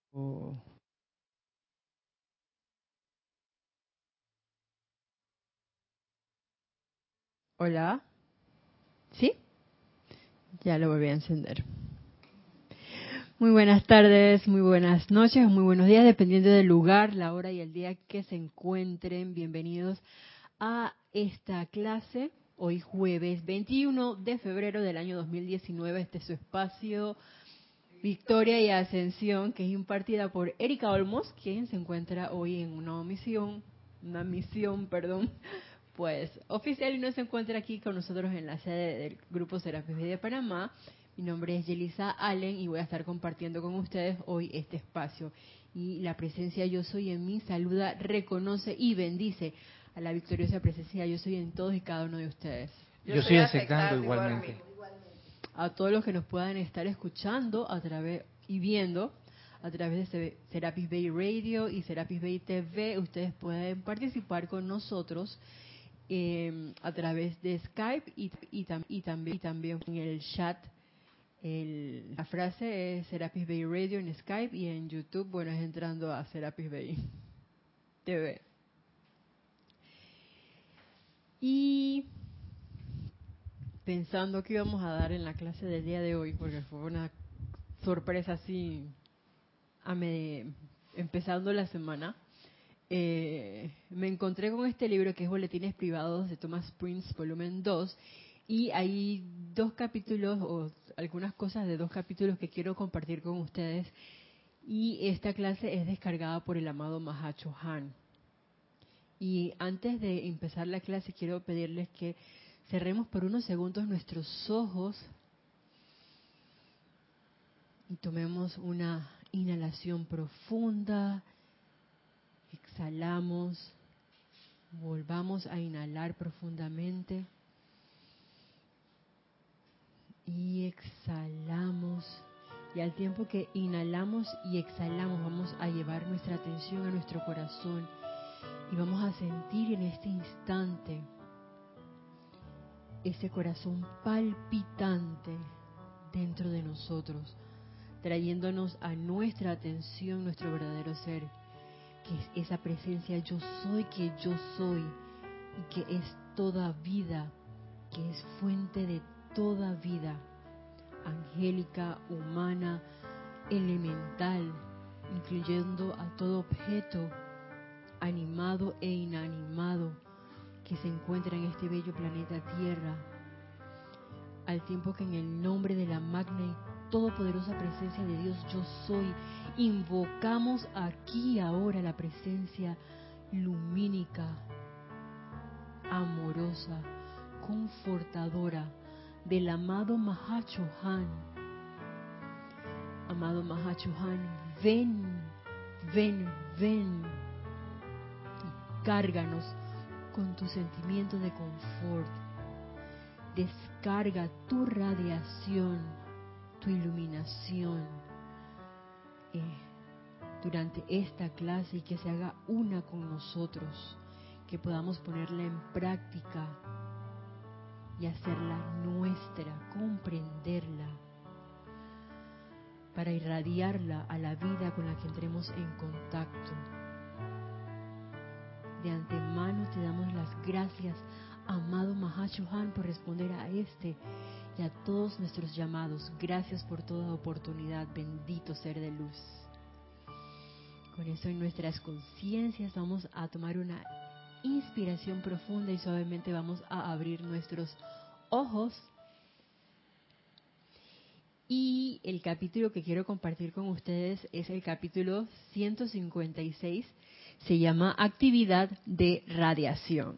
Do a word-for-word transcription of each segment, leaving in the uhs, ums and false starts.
Oh. Hola. ¿Sí? Ya lo volví a encender. Muy buenas tardes, muy buenas noches, muy buenos días, dependiendo del lugar, la hora y el día que se encuentren. Bienvenidos a esta clase. Hoy jueves veintiuno de febrero del año dos mil diecinueve. Este es su espacio Victoria y Ascensión, que es impartida por Erika Olmos, quien se encuentra hoy en una misión, una misión, perdón, pues oficial, y no se encuentra aquí con nosotros en la sede del Grupo Serapis Bay de Panamá. Mi nombre es Yelisa Allen y voy a estar compartiendo con ustedes hoy este espacio. Y la presencia Yo Soy en mí saluda, reconoce y bendice a la victoriosa presencia Yo Soy en todos y cada uno de ustedes. Yo, Yo estoy aceptando igualmente. igualmente. A todos los que nos puedan estar escuchando a través y viendo a través de Serapis Bay Radio y Serapis Bay T V, ustedes pueden participar con nosotros eh, a través de Skype y, y, tam, y, también, y también en el chat. El, la frase es Serapis Bay Radio en Skype, y en YouTube, bueno, es entrando a Serapis Bay T V. Y pensando que íbamos a dar en la clase del día de hoy, porque fue una sorpresa así a me, empezando la semana, eh, me encontré con este libro que es Boletines Privados de Thomas Prince, volumen dos, y hay dos capítulos o algunas cosas de dos capítulos que quiero compartir con ustedes, y esta clase es descargada por el amado Mahacho Han. Y antes de empezar la clase quiero pedirles que cerremos por unos segundos nuestros ojos y tomemos una inhalación profunda, exhalamos, volvamos a inhalar profundamente y exhalamos. Y al tiempo que inhalamos y exhalamos, vamos a llevar nuestra atención a nuestro corazón y vamos a sentir en este instante ese corazón palpitante dentro de nosotros, trayéndonos a nuestra atención nuestro verdadero ser, que es esa presencia Yo Soy, que yo soy, y que es toda vida, que es fuente de toda vida, angélica, humana, elemental, incluyendo a todo objeto animado e inanimado que se encuentra en este bello planeta Tierra, al tiempo que en el nombre de la magna y todopoderosa presencia de Dios Yo Soy, invocamos aquí y ahora la presencia lumínica, amorosa, confortadora del amado Mahacho Han. Amado Mahacho Han, ven, ven, ven y cárganos con tu sentimiento de confort. Descarga tu radiación, tu iluminación eh, durante esta clase, y que se haga una con nosotros, que podamos ponerla en práctica y hacerla nuestra, comprenderla, para irradiarla a la vida con la que entremos en contacto. De antemano te damos las gracias, amado Mahacho Han, por responder a este y a todos nuestros llamados. Gracias por toda oportunidad, bendito ser de luz. Con eso en nuestras conciencias vamos a tomar una inspiración profunda y suavemente vamos a abrir nuestros ojos. Y el capítulo que quiero compartir con ustedes es el capítulo ciento cincuenta y seis, se llama Actividad de Radiación.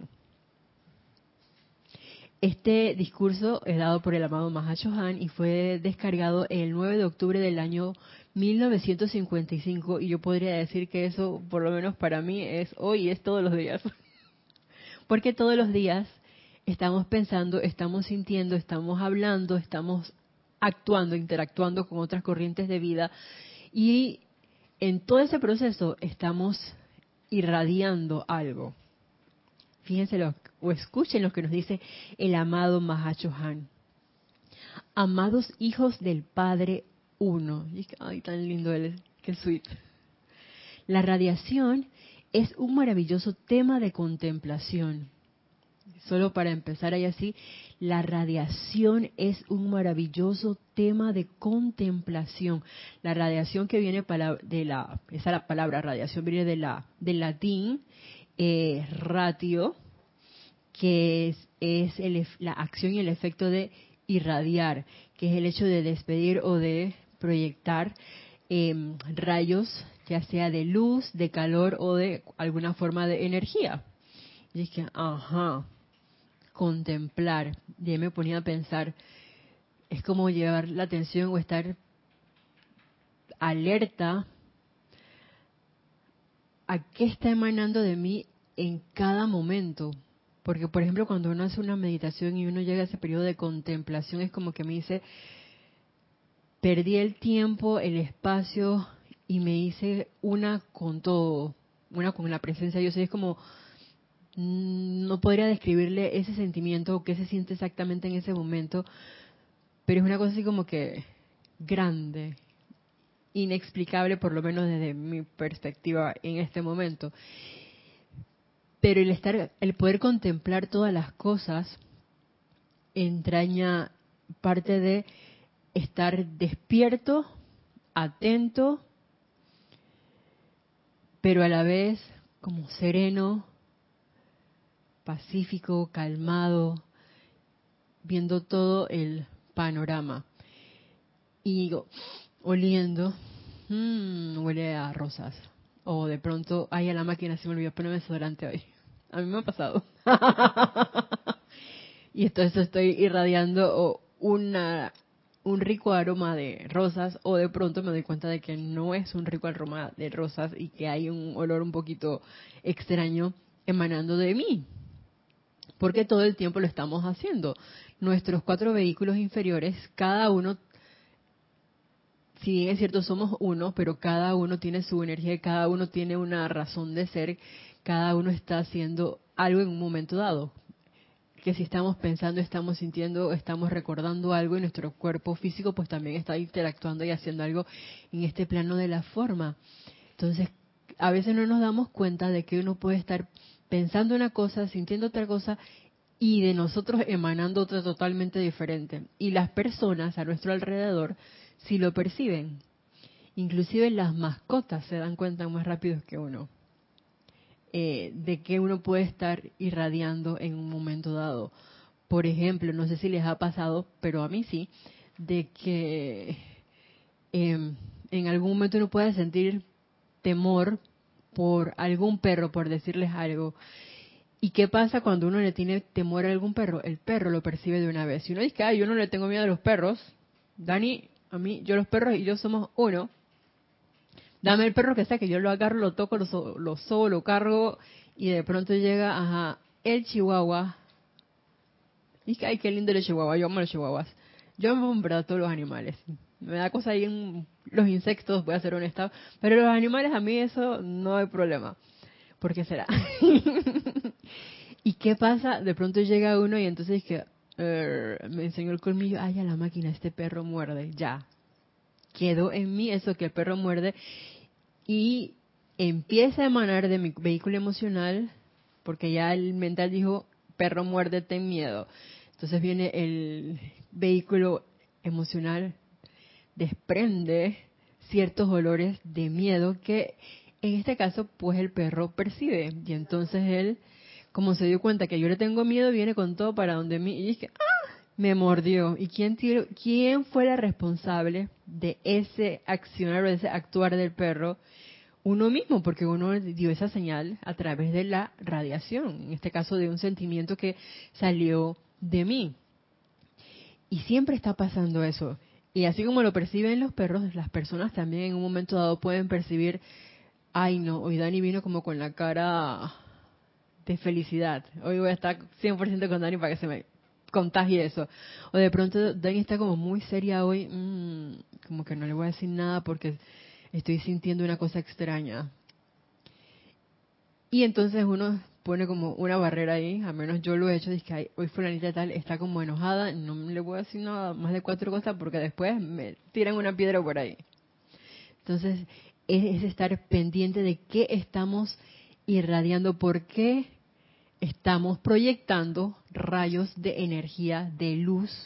Este discurso es dado por el amado Mahacho Han y fue descargado el nueve de octubre del año mil novecientos cincuenta y cinco, y yo podría decir que eso, por lo menos para mí, es hoy y es todos los días. Porque todos los días estamos pensando, estamos sintiendo, estamos hablando, estamos actuando, interactuando con otras corrientes de vida, y en todo ese proceso estamos irradiando algo. Fíjense lo, o escuchen lo que nos dice el amado Mahacho Han. Amados hijos del Padre Uno. Ay, tan lindo él es. qué sweet. La radiación es un maravilloso tema de contemplación. Solo para empezar ahí así, la radiación es un maravilloso tema de contemplación. La radiación que viene para de la, esa es la palabra radiación viene de la, del latín eh, ratio, que es, es el, la acción y el efecto de irradiar, que es el hecho de despedir o de proyectar eh, rayos, ya sea de luz, de calor o de alguna forma de energía. Y dije, ajá, contemplar. Y ahí me ponía a pensar, es como llevar la atención o estar alerta a qué está emanando de mí en cada momento. Porque, por ejemplo, cuando uno hace una meditación y uno llega a ese periodo de contemplación, es como que me dice, perdí el tiempo, el espacio y me hice una con todo, una con la presencia de Dios. Y es como, no podría describirle ese sentimiento o qué se siente exactamente en ese momento, pero es una cosa así como que grande, inexplicable, por lo menos desde mi perspectiva en este momento. Pero el estar, el poder contemplar todas las cosas entraña parte de estar despierto, atento, pero a la vez como sereno, pacífico, calmado, viendo todo el panorama. Y digo, oliendo, mmm, huele a rosas. O de pronto, ay, a la máquina se me olvidó ponerme desodorante hoy. A mí me ha pasado. Y entonces estoy irradiando o una un rico aroma de rosas, o de pronto me doy cuenta de que no es un rico aroma de rosas y que hay un olor un poquito extraño emanando de mí. Porque todo el tiempo lo estamos haciendo. Nuestros cuatro vehículos inferiores, cada uno, si bien es cierto, somos uno, pero cada uno tiene su energía, cada uno tiene una razón de ser, cada uno está haciendo algo en un momento dado. Que si estamos pensando, estamos sintiendo, estamos recordando algo, y nuestro cuerpo físico pues también está interactuando y haciendo algo en este plano de la forma. Entonces, a veces no nos damos cuenta de que uno puede estar pensando una cosa, sintiendo otra cosa, y de nosotros emanando otra totalmente diferente. Y las personas a nuestro alrededor sí lo perciben. Inclusive las mascotas se dan cuenta más rápido que uno. Eh, de que uno puede estar irradiando en un momento dado. Por ejemplo, no sé si les ha pasado, pero a mí sí, de que eh, en algún momento uno puede sentir temor por algún perro, por decirles algo. ¿Y qué pasa cuando uno le tiene temor a algún perro? El perro lo percibe de una vez. Si uno dice, ay, yo no le tengo miedo a los perros, Dani, a mí, yo los perros y yo somos uno. Dame el perro que sea, que yo lo agarro, lo toco, lo, so, lo sobo, lo cargo, y de pronto llega, ajá, el chihuahua. Y que, ay, qué lindo el chihuahua, yo amo los chihuahuas. Yo amo en verdad todos los animales. Me da cosa ahí en los insectos, voy a ser honesta, pero los animales a mí eso no hay problema. ¿Por qué será? ¿Y qué pasa? De pronto llega uno y entonces es que uh, me enseñó el colmillo, ay, a la máquina, este perro muerde, ya. Quedó en mí eso que el perro muerde, y empieza a emanar de mi vehículo emocional, porque ya el mental dijo, perro muerde, ten miedo. Entonces viene el vehículo emocional, desprende ciertos olores de miedo que en este caso pues el perro percibe, y entonces él, como se dio cuenta que yo le tengo miedo, viene con todo para donde mí y dije, ¡ah! Me mordió. ¿Y quién, tiró, quién fue la responsable de ese accionar o de ese actuar del perro? Uno mismo, porque uno dio esa señal a través de la radiación, en este caso de un sentimiento que salió de mí. Y siempre está pasando eso. Y así como lo perciben los perros, las personas también en un momento dado pueden percibir, ay no, hoy Dani vino como con la cara de felicidad. Hoy voy a estar cien por ciento con Dani para que se me contagie eso. O de pronto Dani está como muy seria hoy, mmm, como que no le voy a decir nada porque estoy sintiendo una cosa extraña. Y entonces uno pone como una barrera ahí, al menos yo lo he hecho, dice que hoy fulanita tal está como enojada, no le voy a decir nada más de cuatro cosas porque después me tiran una piedra por ahí. Entonces, es, es estar pendiente de qué estamos irradiando, por qué estamos proyectando rayos de energía, de luz.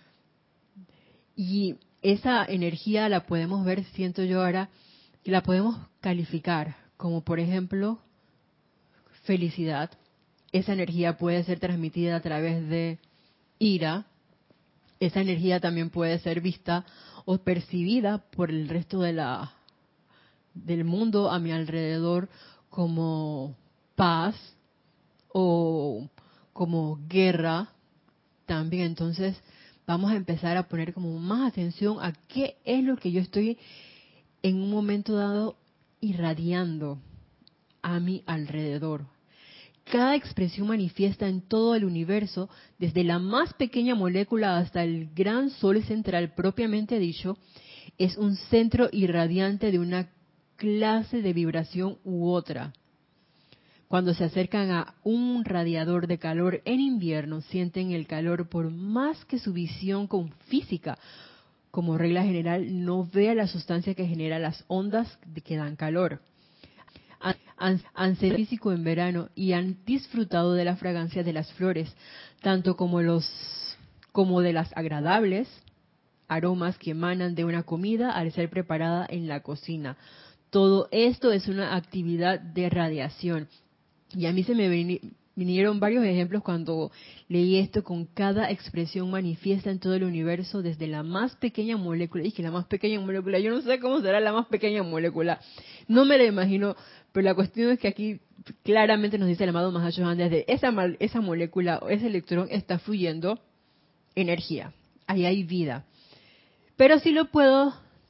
Y esa energía la podemos ver, siento yo ahora, que la podemos calificar como, por ejemplo, felicidad. Esa energía puede ser transmitida a través de ira. Esa energía también puede ser vista o percibida por el resto de la del mundo a mi alrededor como paz o como guerra también. Entonces vamos a empezar a poner como más atención a qué es lo que yo estoy en un momento dado irradiando a mi alrededor. Cada expresión manifiesta en todo el universo, desde la más pequeña molécula hasta el gran sol central propiamente dicho, es un centro irradiante de una clase de vibración u otra. Cuando se acercan a un radiador de calor en invierno, sienten el calor por más que su visión con física, como regla general, no vea la sustancia que genera las ondas que dan calor. Han, han sido físico en verano y han disfrutado de la fragancia de las flores, tanto como los como de las agradables aromas que emanan de una comida al ser preparada en la cocina. Todo esto es una actividad de radiación. Y a mí se me vinieron varios ejemplos cuando leí esto. Con cada expresión manifiesta en todo el universo, desde la más pequeña molécula. Y que la más pequeña molécula, yo no sé cómo será la más pequeña molécula, no me la imagino, pero la cuestión es que aquí claramente nos dice el amado Mahashohan, desde esa, esa molécula o ese electrón está fluyendo energía, ahí hay vida. Pero sí lo puedo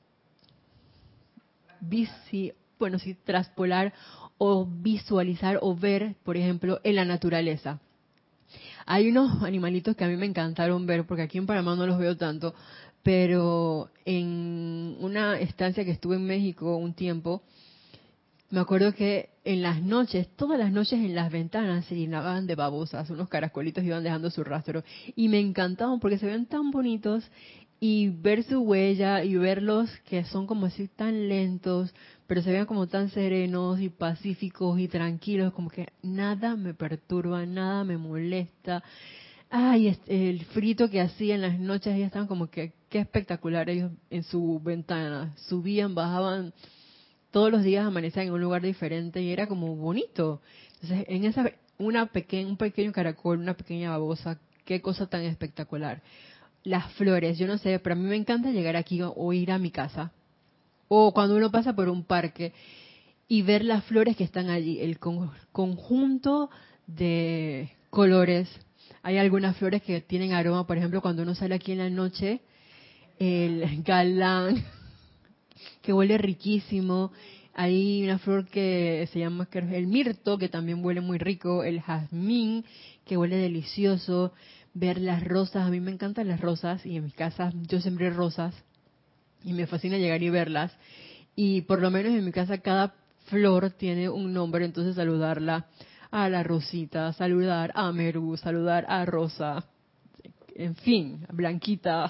visi, bueno, sí, traspolar o visualizar o ver, por ejemplo, en la naturaleza. Hay unos animalitos que a mí me encantaron ver, porque aquí en Panamá no los veo tanto, pero en una estancia que estuve en México un tiempo, me acuerdo que en las noches, todas las noches en las ventanas se llenaban de babosas, unos caracolitos iban dejando su rastro, y me encantaban porque se ven tan bonitos, y ver su huella y verlos que son como así tan lentos, pero se vean como tan serenos y pacíficos y tranquilos, como que nada me perturba, nada me molesta. Ay, este, el frito que hacía en las noches, ellos estaban como que, qué espectacular, ellos en su ventana, subían, bajaban, todos los días amanecían en un lugar diferente y era como bonito. Entonces, en esa, una pequeña, un pequeño caracol, una pequeña babosa, qué cosa tan espectacular. Las flores, yo no sé, pero a mí me encanta llegar aquí o ir a mi casa, o cuando uno pasa por un parque y ver las flores que están allí, el con, conjunto de colores. Hay algunas flores que tienen aroma, por ejemplo, cuando uno sale aquí en la noche, el galán, que huele riquísimo. Hay una flor que se llama el mirto, que también huele muy rico, el jazmín, que huele delicioso. Ver las rosas, a mí me encantan las rosas y en mi casa yo sembré rosas y me fascina llegar y verlas. Y por lo menos en mi casa cada flor tiene un nombre, entonces saludarla a la Rosita, saludar a Meru, saludar a Rosa, en fin, a Blanquita.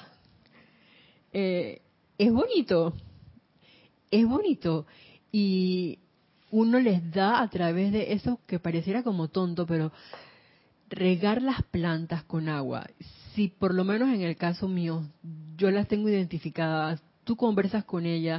Eh, es bonito, es bonito. Y uno les da a través de eso que pareciera como tonto, pero regar las plantas con agua. Si por lo menos en el caso mío, yo las tengo identificadas, tú conversas con ellas,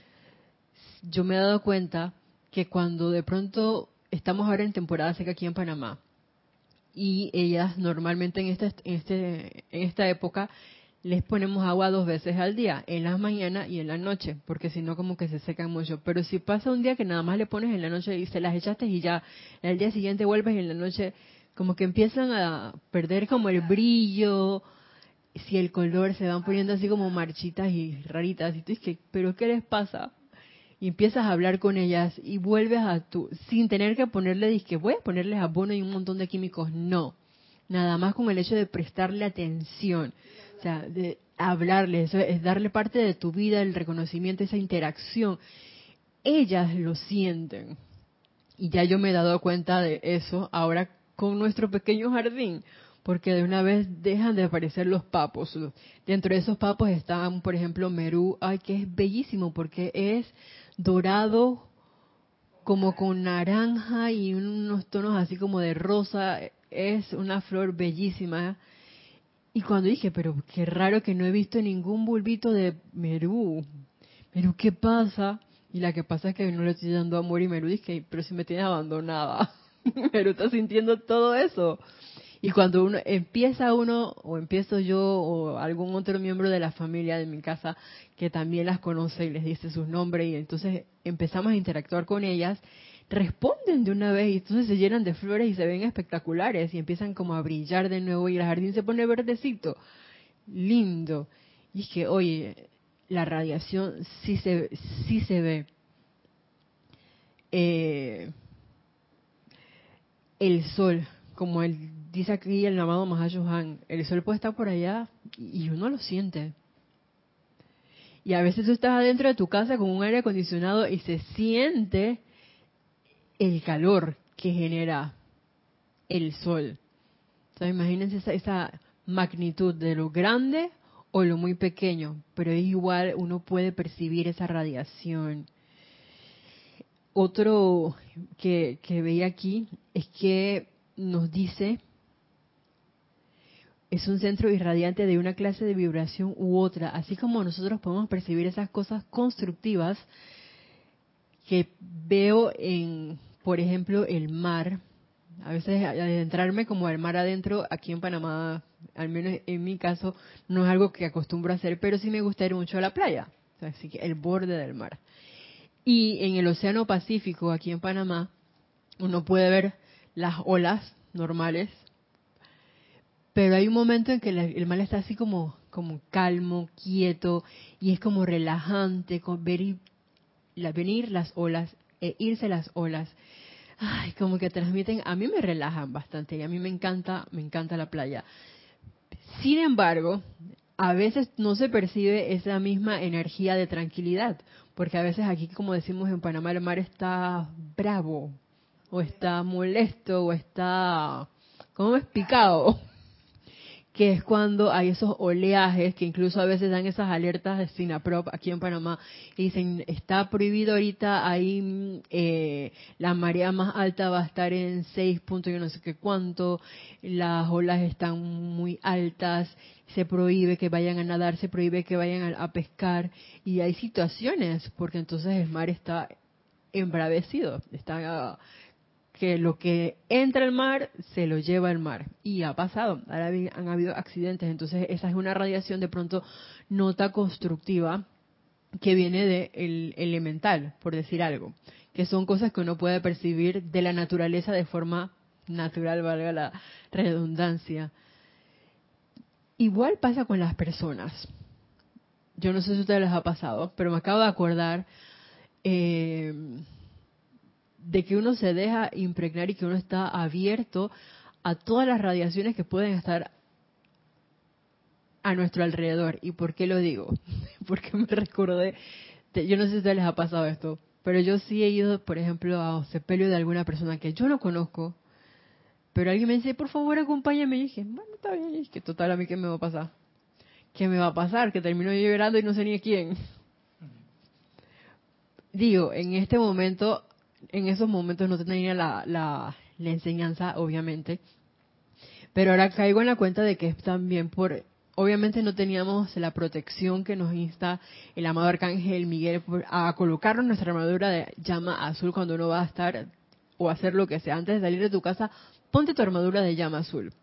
yo me he dado cuenta que cuando de pronto estamos ahora en temporada seca aquí en Panamá, y ellas normalmente en esta, en este, en esta época les ponemos agua dos veces al día, en las mañanas y en la noche, porque si no como que se secan mucho. Pero si pasa un día que nada más le pones en la noche y se las echaste y ya al día siguiente vuelves y en la noche, como que empiezan a perder como el brillo, si el color se van poniendo así como marchitas y raritas, y tú dices, ¿pero qué les pasa? Y empiezas a hablar con ellas y vuelves a tu, sin tener que ponerle, disque voy a ponerles abono y un montón de químicos, no. Nada más con el hecho de prestarle atención, o sea, de hablarles, eso es darle parte de tu vida, el reconocimiento, esa interacción. Ellas lo sienten. Y ya yo me he dado cuenta de eso ahora con nuestro pequeño jardín, porque de una vez dejan de aparecer los papos. Dentro de esos papos están, por ejemplo, Merú, ay, que es bellísimo porque es dorado como con naranja y unos tonos así como de rosa. Es una flor bellísima. Y cuando dije, pero qué raro que no he visto ningún bulbito de Merú. Merú, ¿qué pasa? Y la que pasa es que no le estoy dando amor y Merú dice, pero si me tienes abandonada. Merú está sintiendo todo eso. Y cuando uno empieza uno, o empiezo yo, o algún otro miembro de la familia de mi casa, que también las conoce y les dice sus nombres, y entonces empezamos a interactuar con ellas, responden de una vez, y entonces se llenan de flores y se ven espectaculares, y empiezan como a brillar de nuevo, y el jardín se pone verdecito. Lindo. Y es que, oye, la radiación sí se, sí se ve. Eh, el sol, como el dice aquí el amado Mahashohan, el sol puede estar por allá y uno lo siente. Y a veces tú estás adentro de tu casa con un aire acondicionado y se siente el calor que genera el sol. Entonces imagínense esa, esa magnitud de lo grande o lo muy pequeño, pero es igual, uno puede percibir esa radiación. Otro que, que veía aquí es que nos dice, es un centro irradiante de una clase de vibración u otra, así como nosotros podemos percibir esas cosas constructivas que veo en, por ejemplo, el mar. A veces adentrarme como al mar adentro, aquí en Panamá, al menos en mi caso, no es algo que acostumbro a hacer, pero sí me gusta ir mucho a la playa, así que el borde del mar. Y en el Océano Pacífico, aquí en Panamá, uno puede ver las olas normales, pero hay un momento en que el mar está así como, como calmo, quieto, y es como relajante con ver y, la, venir las olas e irse las olas. Ay, como que transmiten, a mí me relajan bastante y a mí me encanta, me encanta la playa. Sin embargo, a veces no se percibe esa misma energía de tranquilidad, porque a veces aquí, como decimos en Panamá, el mar está bravo, o está molesto, o está, ¿cómo es? Picado. Que es cuando hay esos oleajes que incluso a veces dan esas alertas de SINAPROP aquí en Panamá y dicen, está prohibido ahorita, ahí eh, la marea más alta va a estar en seis puntos yo no sé qué cuánto, las olas están muy altas, se prohíbe que vayan a nadar, se prohíbe que vayan a, a pescar, y hay situaciones porque entonces el mar está embravecido, está... que lo que entra al mar se lo lleva el mar. Y ha pasado, ahora han habido accidentes, entonces esa es una radiación de pronto nota constructiva que viene del elemental, por decir algo, que son cosas que uno puede percibir de la naturaleza de forma natural, valga la redundancia. Igual pasa con las personas. Yo no sé si a ustedes les ha pasado, pero me acabo de acordar... Eh, de que uno se deja impregnar y que uno está abierto a todas las radiaciones que pueden estar a nuestro alrededor. ¿Y por qué lo digo? Porque me recordé, de, yo no sé si a ustedes les ha pasado esto, pero yo sí he ido, por ejemplo, a sepelio de alguna persona que yo no conozco, pero alguien me dice, por favor, acompáñame. Y dije, bueno, está bien, y que total, a mí qué me va a pasar. ¿Qué me va a pasar? Que termino yo llorando y no sé ni a quién. Digo, en este momento... En esos momentos no tenía la, la, la enseñanza, obviamente, pero ahora caigo en la cuenta de que es también por, obviamente no teníamos la protección que nos insta el amado Arcángel Miguel por, a colocarnos nuestra armadura de llama azul cuando uno va a estar o hacer lo que sea. Antes de salir de tu casa, ponte tu armadura de llama azul.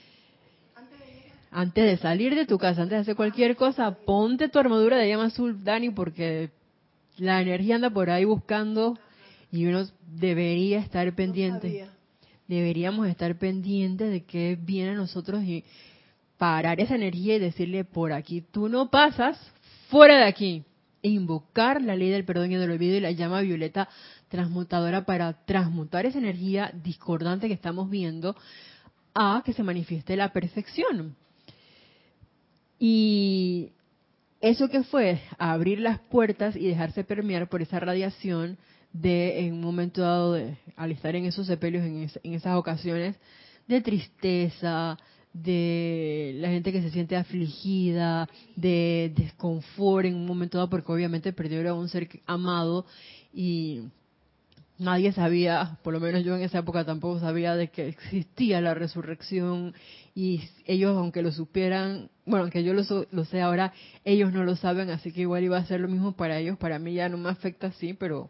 Antes de salir de tu casa, antes de hacer cualquier cosa, ponte tu armadura de llama azul, Dani, porque la energía anda por ahí buscando... Y uno debería estar pendiente, no deberíamos estar pendientes de qué viene a nosotros y parar esa energía y decirle, por aquí tú no pasas, fuera de aquí. E invocar la ley del perdón y del olvido y la llama violeta transmutadora para transmutar esa energía discordante que estamos viendo a que se manifieste la perfección. Y eso que fue abrir las puertas y dejarse permear por esa radiación de, en un momento dado, de, al estar en esos sepelios, en, es, en esas ocasiones, de tristeza, de la gente que se siente afligida, de desconfort en un momento dado, porque obviamente perdió a un ser amado y nadie sabía, por lo menos yo en esa época tampoco sabía de que existía la resurrección, y ellos, aunque lo supieran, bueno, aunque yo lo, lo sé ahora, ellos no lo saben, así que igual iba a ser lo mismo para ellos. Para mí ya no me afecta así, pero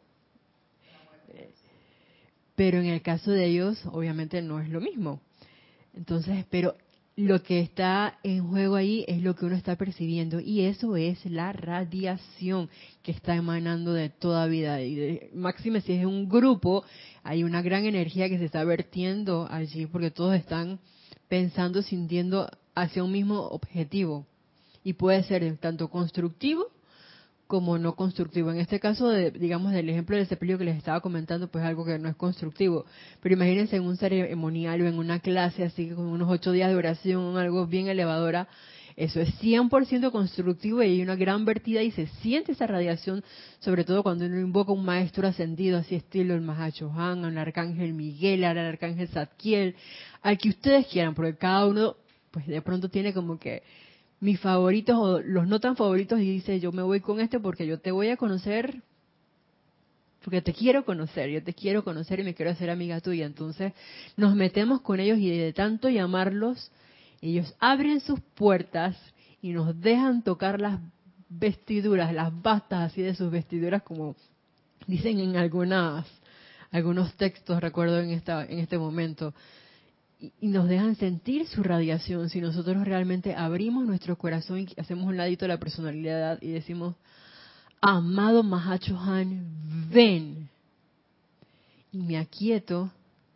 pero en el caso de ellos obviamente no es lo mismo. Entonces, pero lo que está en juego ahí es lo que uno está percibiendo, y eso es la radiación que está emanando de toda vida. Y de, máxime si es un grupo, hay una gran energía que se está vertiendo allí, porque todos están pensando, sintiendo hacia un mismo objetivo. Y puede ser tanto constructivo como no constructivo. En este caso, de, digamos, del ejemplo del sepelio que les estaba comentando, pues algo que no es constructivo. Pero imagínense en un ceremonial o en una clase así, con unos ocho días de oración, algo bien elevadora, eso es cien por ciento constructivo, y hay una gran vertida y se siente esa radiación, sobre todo cuando uno invoca a un maestro ascendido, así estilo el Mahacho Han, al Arcángel Miguel, al Arcángel Zadkiel, al que ustedes quieran, porque cada uno, pues de pronto tiene como que mis favoritos o los no tan favoritos, y dice, yo me voy con este porque yo te voy a conocer, porque te quiero conocer, yo te quiero conocer y me quiero hacer amiga tuya. Entonces nos metemos con ellos, y de tanto llamarlos, ellos abren sus puertas y nos dejan tocar las vestiduras, las bastas así de sus vestiduras, como dicen en algunas algunos textos, recuerdo en esta en este momento. Y nos dejan sentir su radiación si nosotros realmente abrimos nuestro corazón y hacemos un ladito de la personalidad y decimos, amado Mahacho Han, ven. Y me aquieto.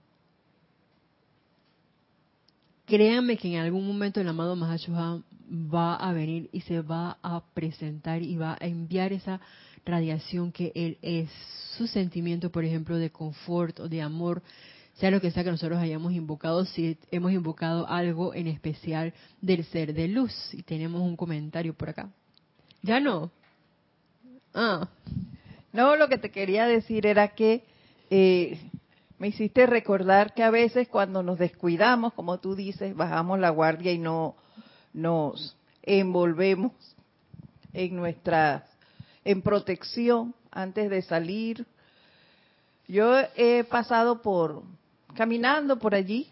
Créanme que en algún momento el amado Mahacho Han va a venir y se va a presentar y va a enviar esa radiación que él es, su sentimiento, por ejemplo, de confort o de amor, sea lo que sea que nosotros hayamos invocado, si hemos invocado algo en especial del ser de luz. Y tenemos un comentario por acá. ¿Ya no? Ah. No, lo que te quería decir era que eh, me hiciste recordar que a veces cuando nos descuidamos, como tú dices, bajamos la guardia y no nos envolvemos en nuestra, en protección antes de salir. Yo he pasado por, caminando por allí,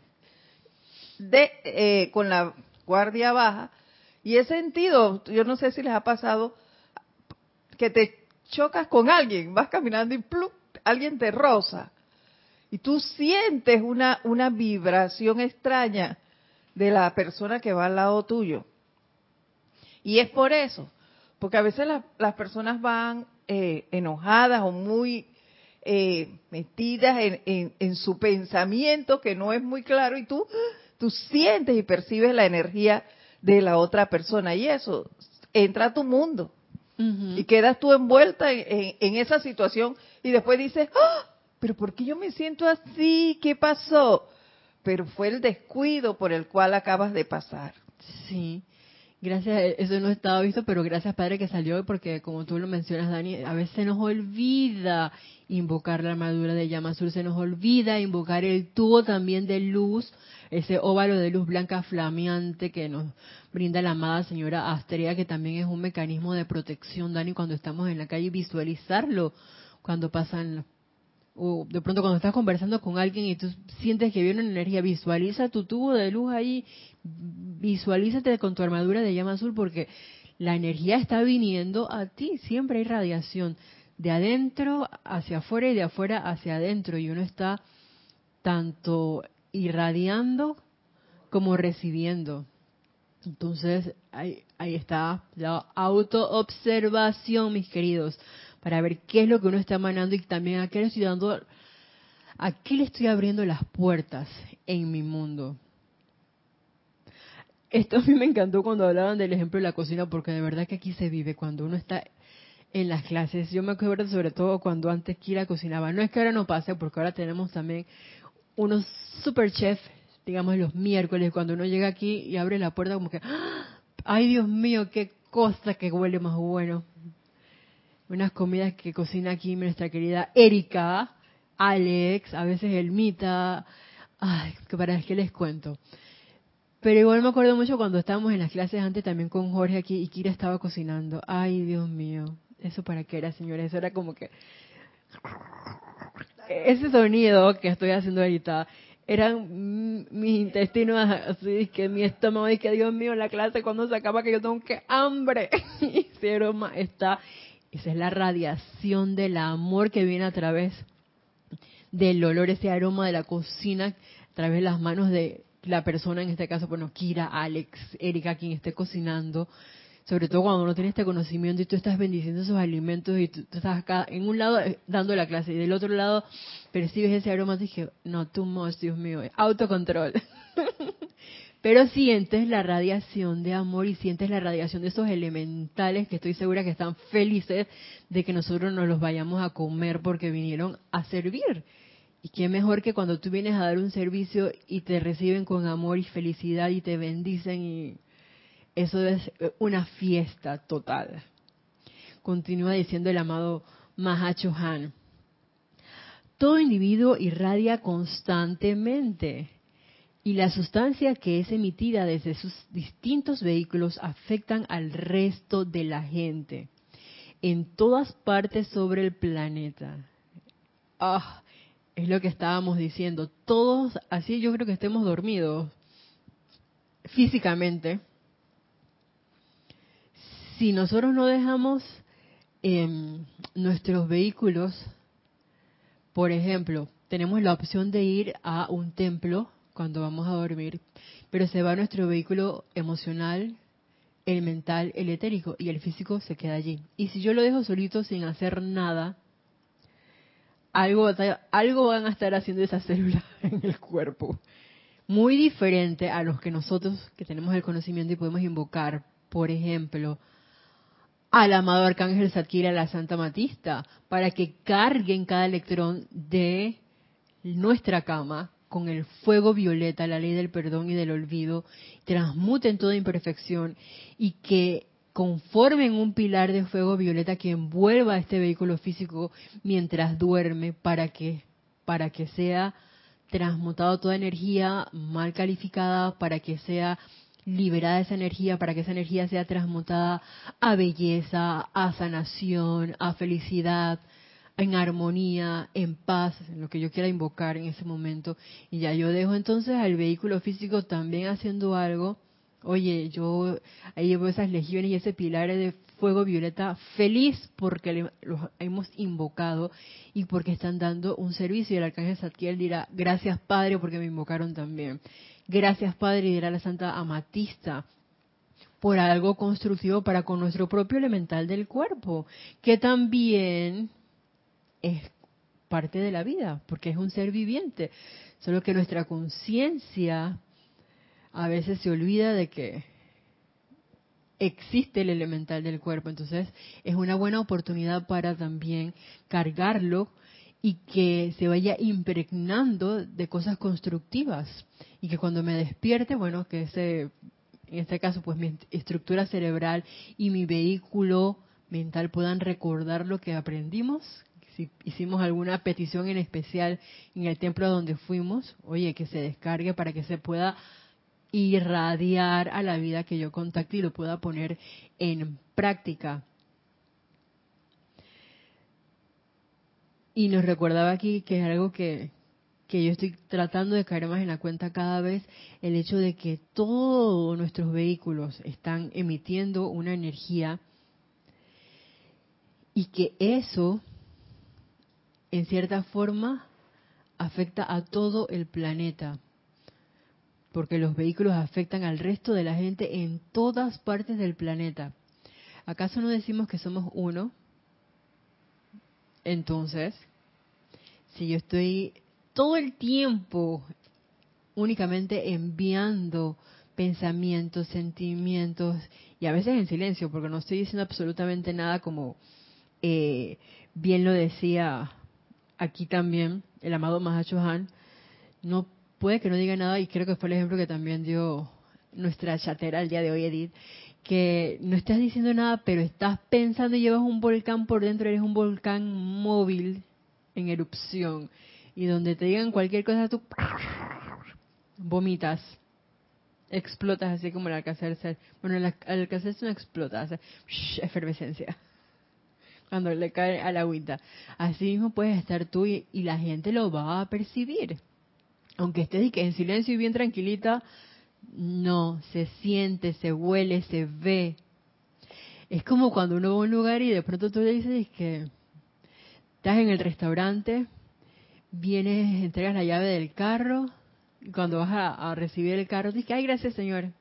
de eh, con la guardia baja, y he sentido, yo no sé si les ha pasado, que te chocas con alguien, vas caminando y ¡plup!, alguien te roza, y tú sientes una, una vibración extraña de la persona que va al lado tuyo. Y es por eso, porque a veces la, las personas van eh, enojadas o muy eh, metidas en, en, en su pensamiento que no es muy claro, y tú, tú sientes y percibes la energía de la otra persona, y eso entra a tu mundo. Uh-huh. Y quedas tú envuelta en, en, en esa situación, y después dices, ¡ah! ¿Pero por qué yo me siento así? ¿Qué pasó? Pero fue el descuido por el cual acabas de pasar. Sí. Gracias, eso no estaba visto, pero gracias, Padre, que salió, porque como tú lo mencionas, Dani, a veces se nos olvida invocar la armadura de llama azul, se nos olvida invocar el tubo también de luz, ese óvalo de luz blanca flameante que nos brinda la amada señora Astrea, que también es un mecanismo de protección, Dani, cuando estamos en la calle, visualizarlo cuando pasan, o de pronto cuando estás conversando con alguien y tú sientes que viene una energía, visualiza tu tubo de luz ahí, visualízate con tu armadura de llama azul, porque la energía está viniendo a ti. Siempre hay radiación de adentro hacia afuera y de afuera hacia adentro, y uno está tanto irradiando como recibiendo. Entonces ahí, ahí está la autoobservación, mis queridos, para ver qué es lo que uno está emanando, y también a qué le estoy dando, a qué le estoy abriendo las puertas en mi mundo. Esto a mí me encantó cuando hablaban del ejemplo de la cocina, porque de verdad que aquí se vive cuando uno está en las clases. Yo me acuerdo sobre todo cuando antes Kira cocinaba. No es que ahora no pase, porque ahora tenemos también unos super chefs, digamos los miércoles, cuando uno llega aquí y abre la puerta como que, ¡ay, Dios mío, qué cosa que huele más bueno! Unas comidas que cocina aquí nuestra querida Erika, Alex, a veces Elmita. Ay, que para qué les cuento. Pero igual me acuerdo mucho cuando estábamos en las clases antes también con Jorge aquí y Kira estaba cocinando. Ay, Dios mío. ¿Eso para qué era, señores? Eso era como que... Ese sonido que estoy haciendo ahorita eran mis intestinos así, que mi estómago, y que Dios mío, la clase cuando se acaba que yo tengo que hambre. Y ese aroma está... Esa es la radiación del amor que viene a través del olor, ese aroma de la cocina, a través de las manos de la persona, en este caso, bueno, Kira, Alex, Erika, quien esté cocinando, sobre todo cuando uno tiene este conocimiento y tú estás bendiciendo esos alimentos y tú, tú estás acá en un lado eh, dando la clase y del otro lado percibes ese aroma, dije, no, too much, Dios mío, autocontrol. Pero sientes la radiación de amor y sientes la radiación de esos elementales que estoy segura que están felices de que nosotros nos los vayamos a comer porque vinieron a servir. Y qué mejor que cuando tú vienes a dar un servicio y te reciben con amor y felicidad y te bendicen, y eso es una fiesta total. Continúa diciendo el amado Mahacho Han. Todo individuo irradia constantemente y la sustancia que es emitida desde sus distintos vehículos afectan al resto de la gente en todas partes sobre el planeta. Ah, es lo que estábamos diciendo. Todos, así yo creo que estemos dormidos físicamente. Si nosotros no dejamos eh, nuestros vehículos, por ejemplo, tenemos la opción de ir a un templo cuando vamos a dormir, pero se va nuestro vehículo emocional, el mental, el etérico, y el físico se queda allí. Y si yo lo dejo solito sin hacer nada, algo, algo van a estar haciendo esas células en el cuerpo. Muy diferente a los que nosotros, que tenemos el conocimiento y podemos invocar, por ejemplo, al amado Arcángel Zadkiel, a la Santa Matista, para que carguen cada electrón de nuestra cama con el fuego violeta, la ley del perdón y del olvido, transmuten toda imperfección y que conformen un pilar de fuego violeta que envuelva a este vehículo físico mientras duerme, para que para que sea transmutado toda energía mal calificada, para que sea liberada esa energía, para que esa energía sea transmutada a belleza, a sanación, a felicidad, en armonía, en paz, en lo que yo quiera invocar en ese momento. Y ya yo dejo entonces al vehículo físico también haciendo algo. Oye, yo ahí llevo esas legiones y ese pilar de fuego violeta feliz porque le- los hemos invocado y porque están dando un servicio. Y el Arcángel Zadkiel dirá, gracias Padre porque me invocaron también. Gracias Padre, y dirá la Santa Amatista, por algo constructivo para con nuestro propio elemental del cuerpo, que también es parte de la vida, porque es un ser viviente. Solo que nuestra conciencia a veces se olvida de que existe el elemental del cuerpo. Entonces es una buena oportunidad para también cargarlo y que se vaya impregnando de cosas constructivas. Y que cuando me despierte, bueno, que ese, en este caso, pues mi estructura cerebral y mi vehículo mental puedan recordar lo que aprendimos. Si hicimos alguna petición en especial en el templo donde fuimos, oye, que se descargue para que se pueda irradiar a la vida que yo contacte y lo pueda poner en práctica. Y nos recordaba aquí que es algo que, que yo estoy tratando de caer más en la cuenta cada vez, el hecho de que todos nuestros vehículos están emitiendo una energía y que eso, en cierta forma, afecta a todo el planeta, porque los vehículos afectan al resto de la gente en todas partes del planeta. ¿Acaso no decimos que somos uno? Entonces, si yo estoy todo el tiempo únicamente enviando pensamientos, sentimientos, y a veces en silencio, porque no estoy diciendo absolutamente nada, como eh, bien lo decía aquí también el amado Mahacho Han, no puede que no diga nada, y creo que fue el ejemplo que también dio nuestra chatera el día de hoy, Edith, que no estás diciendo nada, pero estás pensando y llevas un volcán por dentro, eres un volcán móvil en erupción, y donde te digan cualquier cosa tú vomitas. explotas así como el alcacelser. Bueno, el alcacelser no explota, hace shh, efervescencia cuando le cae a la agüita. Así mismo puedes estar tú y, y la gente lo va a percibir. Aunque estés en silencio y bien tranquilita, no, se siente, se huele, se ve. Es como cuando uno va a un lugar y de pronto tú le dices que estás en el restaurante, vienes, entregas la llave del carro, y cuando vas a, a recibir el carro, dices, ay, gracias, señor.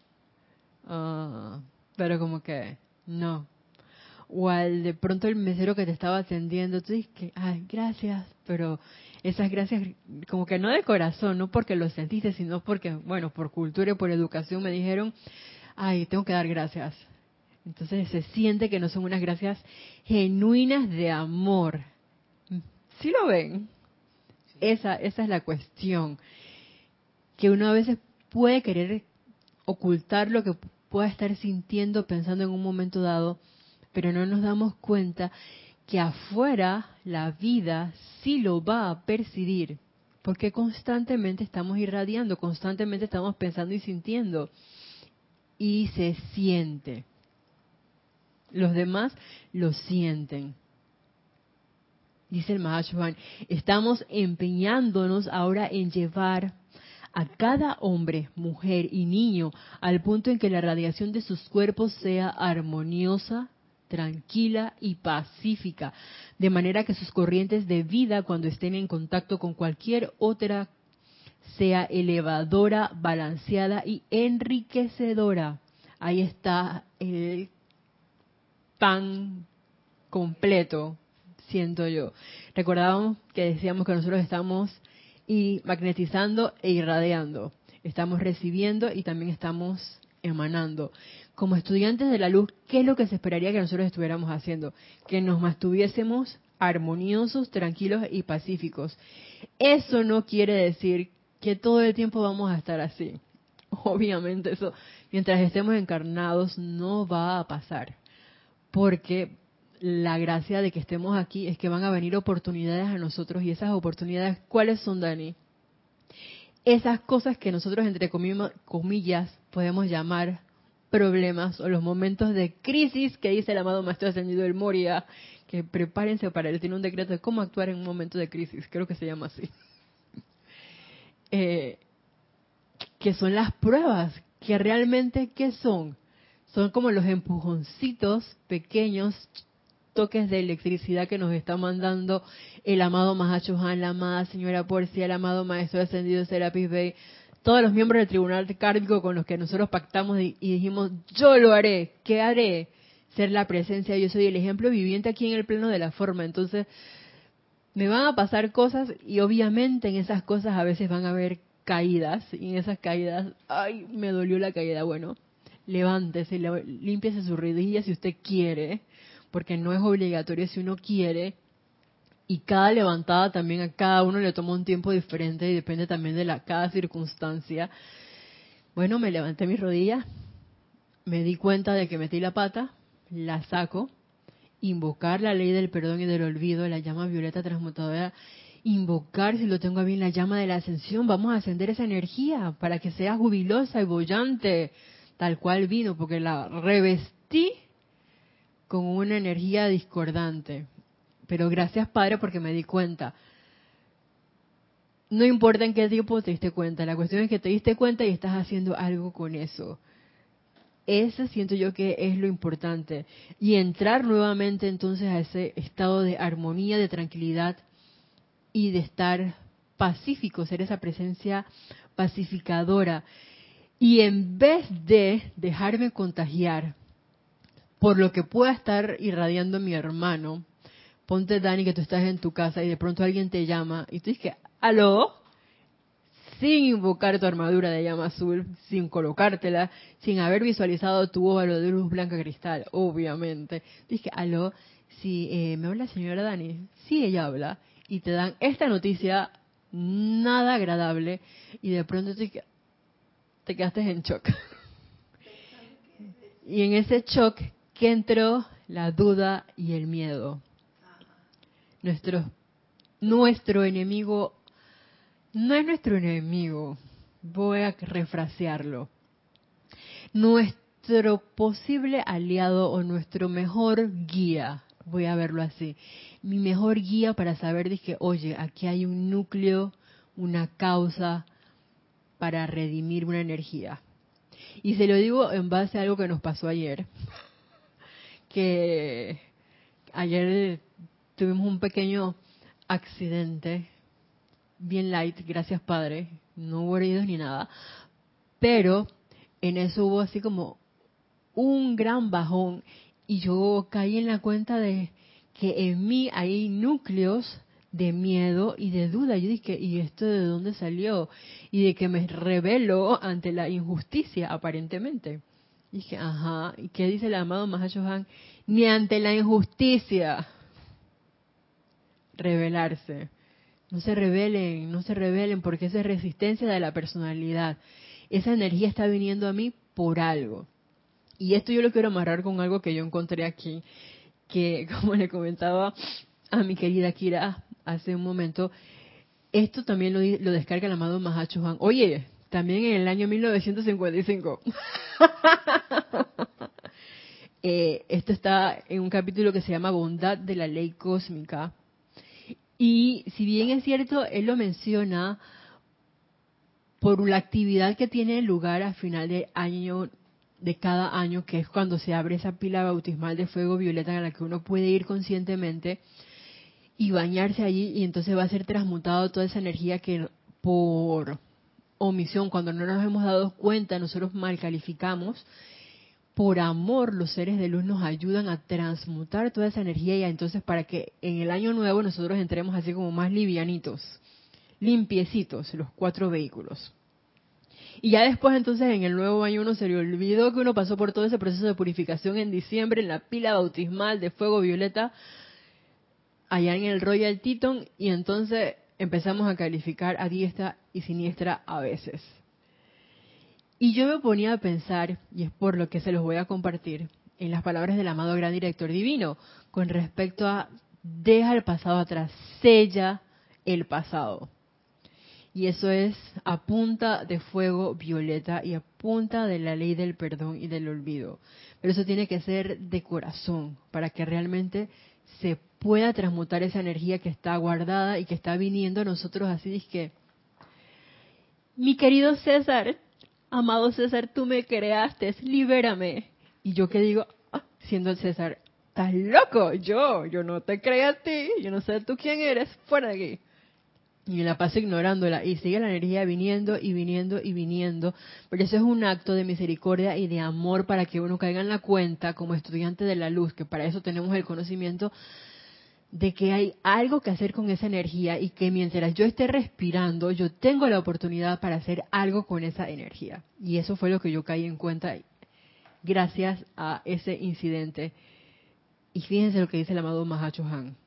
Uh, pero como que, no. O al de pronto el mesero que te estaba atendiendo, tú dices que, ay, gracias, pero esas gracias como que no de corazón, no porque lo sentiste, sino porque, bueno, por cultura y por educación me dijeron, ay, tengo que dar gracias. Entonces se siente que no son unas gracias genuinas de amor. ¿Sí lo ven? Esa, esa es la cuestión. Que uno a veces puede querer ocultar lo que pueda estar sintiendo, pensando en un momento dado, pero no nos damos cuenta que afuera la vida sí lo va a percibir, porque constantemente estamos irradiando, constantemente estamos pensando y sintiendo, y se siente. Los demás lo sienten. Dice el Mahashohan, estamos empeñándonos ahora en llevar a cada hombre, mujer y niño al punto en que la radiación de sus cuerpos sea armoniosa, tranquila y pacífica, de manera que sus corrientes de vida, cuando estén en contacto con cualquier otra, sea elevadora, balanceada y enriquecedora. Ahí está el pan completo, siento yo. Recordábamos que decíamos que nosotros estamos y magnetizando e irradiando. Estamos recibiendo y también estamos emanando. Como estudiantes de la luz, ¿qué es lo que se esperaría que nosotros estuviéramos haciendo? Que nos mantuviésemos armoniosos, tranquilos y pacíficos. Eso no quiere decir que todo el tiempo vamos a estar así. Obviamente eso, mientras estemos encarnados, no va a pasar. Porque la gracia de que estemos aquí es que van a venir oportunidades a nosotros, y esas oportunidades, ¿cuáles son, Dani? Esas cosas que nosotros, entre comillas, podemos llamar problemas, o los momentos de crisis que dice el amado Maestro Ascendido del Moria, que prepárense para él, tiene un decreto de cómo actuar en un momento de crisis, creo que se llama así. Eh, que son las pruebas, que realmente, ¿qué son? Son como los empujoncitos pequeños, toques de electricidad que nos está mandando el amado Mahashohan, la amada señora Porcia, el amado Maestro Ascendido Serapis Bey, todos los miembros del Tribunal Kármico con los que nosotros pactamos y, y dijimos, yo lo haré, ¿qué haré? Ser la presencia, yo soy el ejemplo viviente aquí en el plano de la forma. Entonces, me van a pasar cosas y obviamente en esas cosas a veces van a haber caídas, y en esas caídas, ay, me dolió la caída, bueno, levántese, límpiese sus rodillas si usted quiere, porque no es obligatorio si uno quiere, y cada levantada también a cada uno le toma un tiempo diferente y depende también de la cada circunstancia. Bueno, me levanté mis rodillas, me di cuenta de que metí la pata, la saco, invocar la ley del perdón y del olvido, la llama violeta transmutadora, invocar, si lo tengo bien, la llama de la ascensión, vamos a ascender esa energía para que sea jubilosa y bollante, tal cual vino, porque la revestí con una energía discordante. Pero gracias, Padre, porque me di cuenta. No importa en qué tiempo te diste cuenta, la cuestión es que te diste cuenta y estás haciendo algo con eso. Ese siento yo que es lo importante. Y entrar nuevamente entonces a ese estado de armonía, de tranquilidad y de estar pacífico, ser esa presencia pacificadora. Y en vez de dejarme contagiar por lo que pueda estar irradiando mi hermano, ponte, Dani, que tú estás en tu casa y de pronto alguien te llama y tú dices, ¿aló? Sin invocar tu armadura de llama azul, sin colocártela, sin haber visualizado tu óvalo de luz blanca cristal, obviamente. Dije, aló, si eh, me habla la señora Dani, sí, ella habla, y te dan esta noticia nada agradable, y de pronto te, te quedaste en shock. Y en ese shock, ¿qué entró? La duda y el miedo. Nuestro, nuestro enemigo no es nuestro enemigo, voy a refrasearlo. nuestro posible aliado o nuestro mejor guía, voy a verlo así, mi mejor guía para saber, dije, oye, aquí hay un núcleo, una causa para redimir una energía. Y se lo digo en base a algo que nos pasó ayer, que ayer tuvimos un pequeño accidente, bien light, gracias Padre, no hubo heridos ni nada, pero en eso hubo así como un gran bajón y yo caí en la cuenta de que en mí hay núcleos de miedo y de duda. Yo dije, ¿y esto de dónde salió? Y de que me rebelo ante la injusticia, aparentemente. Dije, ajá, ¿y qué dice el amado Mahashohan? Ni ante la injusticia rebelarse. No se rebelen, no se rebelen, porque esa es resistencia de la personalidad. Esa energía está viniendo a mí por algo. Y esto yo lo quiero amarrar con algo que yo encontré aquí, que como le comentaba a mi querida Kira hace un momento, esto también lo, lo descarga el amado Mahacho Han. Oye, también en el año mil novecientos cincuenta y cinco. eh, esto está en un capítulo que se llama Bondad de la Ley Cósmica. Y si bien es cierto, él lo menciona por la actividad que tiene lugar al final de año, de cada año, que es cuando se abre esa pila bautismal de fuego violeta en la que uno puede ir conscientemente y bañarse allí, y entonces va a ser transmutado toda esa energía que por omisión, cuando no nos hemos dado cuenta, nosotros mal calificamos. Por amor, los seres de luz nos ayudan a transmutar toda esa energía, y entonces para que en el año nuevo nosotros entremos así como más livianitos, limpiecitos, los cuatro vehículos. Y ya después entonces en el nuevo año uno se le olvidó que uno pasó por todo ese proceso de purificación en diciembre en la pila bautismal de fuego violeta allá en el Royal Teton, y entonces empezamos a calificar a diestra y siniestra a veces. Y yo me ponía a pensar, y es por lo que se los voy a compartir, en las palabras del amado Gran Director Divino, con respecto a deja el pasado atrás, sella el pasado. Y eso es a punta de fuego violeta y a punta de la ley del perdón y del olvido. Pero eso tiene que ser de corazón para que realmente se pueda transmutar esa energía que está guardada y que está viniendo a nosotros así. Es que, mi querido César, amado César, tú me creaste, libérame. Y yo que digo, ah, siendo el César, estás loco, yo, yo no te creé a ti, yo no sé tú quién eres, fuera de aquí. Y me la paso ignorándola y sigue la energía viniendo y viniendo y viniendo. Pero eso es un acto de misericordia y de amor para que uno caiga en la cuenta como estudiante de la luz, que para eso tenemos el conocimiento de que hay algo que hacer con esa energía y que mientras yo esté respirando, yo tengo la oportunidad para hacer algo con esa energía. Y eso fue lo que yo caí en cuenta gracias a ese incidente. Y fíjense lo que dice el amado Mahacho Han.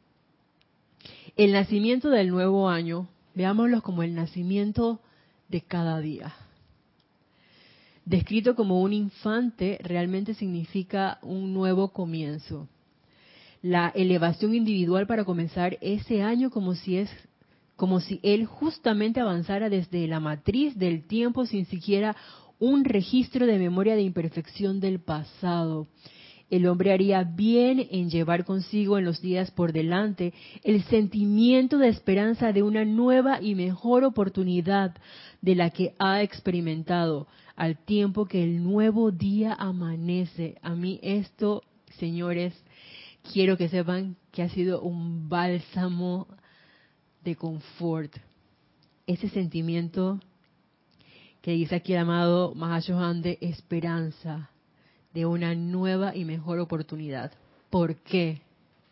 El nacimiento del nuevo año, veámoslo como el nacimiento de cada día. Descrito como un infante, realmente significa un nuevo comienzo. La elevación individual para comenzar ese año como si es como si él justamente avanzara desde la matriz del tiempo sin siquiera un registro de memoria de imperfección del pasado. El hombre haría bien en llevar consigo en los días por delante el sentimiento de esperanza de una nueva y mejor oportunidad de la que ha experimentado al tiempo que el nuevo día amanece. A mí esto, señores, quiero que sepan que ha sido un bálsamo de confort. Ese sentimiento que dice aquí el amado Mahashohan de esperanza, de una nueva y mejor oportunidad. ¿Por qué?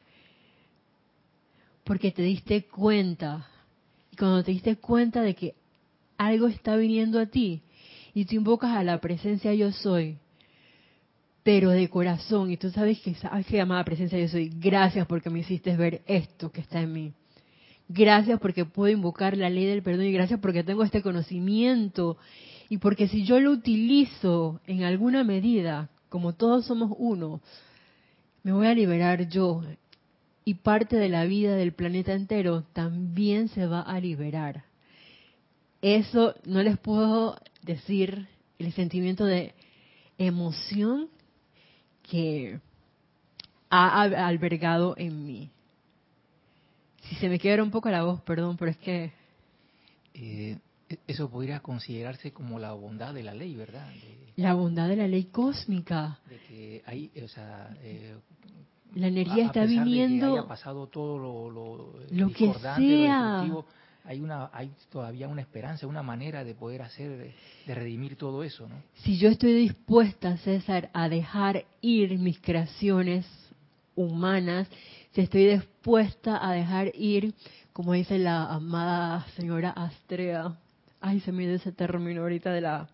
Porque te diste cuenta, y cuando te diste cuenta de que algo está viniendo a ti, y tú invocas a la presencia yo soy, pero de corazón, y tú sabes que sabes que llamada presencia yo soy, gracias porque me hiciste ver esto que está en mí. Gracias porque puedo invocar la ley del perdón, y gracias porque tengo este conocimiento, y porque si yo lo utilizo en alguna medida, como todos somos uno, me voy a liberar yo, y parte de la vida del planeta entero también se va a liberar. Eso no les puedo decir, el sentimiento de emoción que ha albergado en mí. Si se me quiebra un poco la voz, perdón, pero es que... Eh, eso podría considerarse como la bondad de la ley, ¿verdad? De, la bondad de la ley cósmica. De que hay, o sea... Eh, la energía a, está a pesar viniendo... de que haya pasado todo lo, lo, lo que discordante, sea. lo destructivo, hay una hay todavía una esperanza, una manera de poder hacer, de, de redimir todo eso, ¿no? Si yo estoy dispuesta, César, a dejar ir mis creaciones humanas, si estoy dispuesta a dejar ir, como dice la amada señora Astrea, ay, se me dio ese término ahorita de la...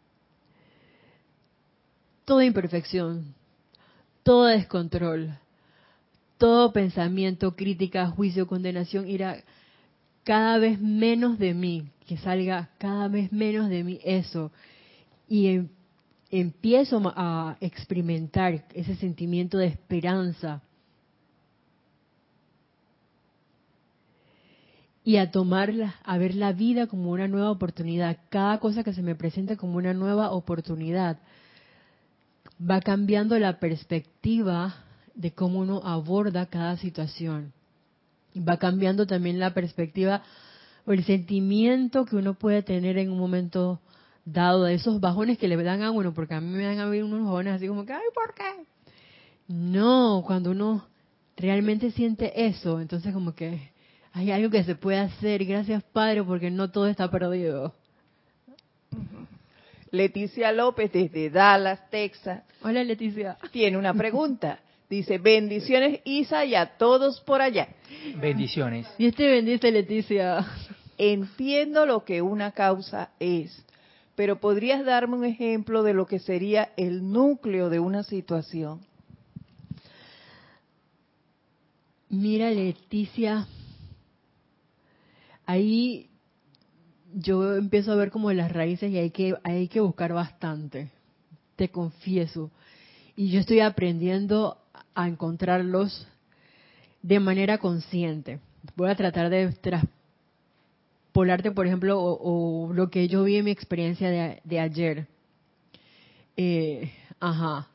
toda imperfección, todo descontrol, todo pensamiento, crítica, juicio, condenación, irá cada vez menos de mí, que salga cada vez menos de mí eso. Y em, empiezo a experimentar ese sentimiento de esperanza. Y a tomarla, a ver la vida como una nueva oportunidad. Cada cosa que se me presente como una nueva oportunidad. Va cambiando la perspectiva de cómo uno aborda cada situación. Va cambiando también la perspectiva o el sentimiento que uno puede tener en un momento dado, de esos bajones que le dan a uno, porque a mí me dan a mí unos bajones así como que, ay, ¿por qué? No, cuando uno realmente siente eso, entonces como que hay algo que se puede hacer. Gracias, Padre, porque no todo está perdido. Leticia López desde Dallas, Texas. Hola, Leticia. Tiene una pregunta. Dice, bendiciones, Isa, y a todos por allá. Bendiciones. Dios te bendice, Leticia. Entiendo lo que una causa es, pero ¿podrías darme un ejemplo de lo que sería el núcleo de una situación? Mira, Leticia, ahí yo empiezo a ver como las raíces y hay que, hay que buscar bastante, te confieso. Y yo estoy aprendiendo a encontrarlos de manera consciente. Voy a tratar de traspolarte, por ejemplo, o, o lo que yo vi en mi experiencia de, de ayer. Eh, ajá.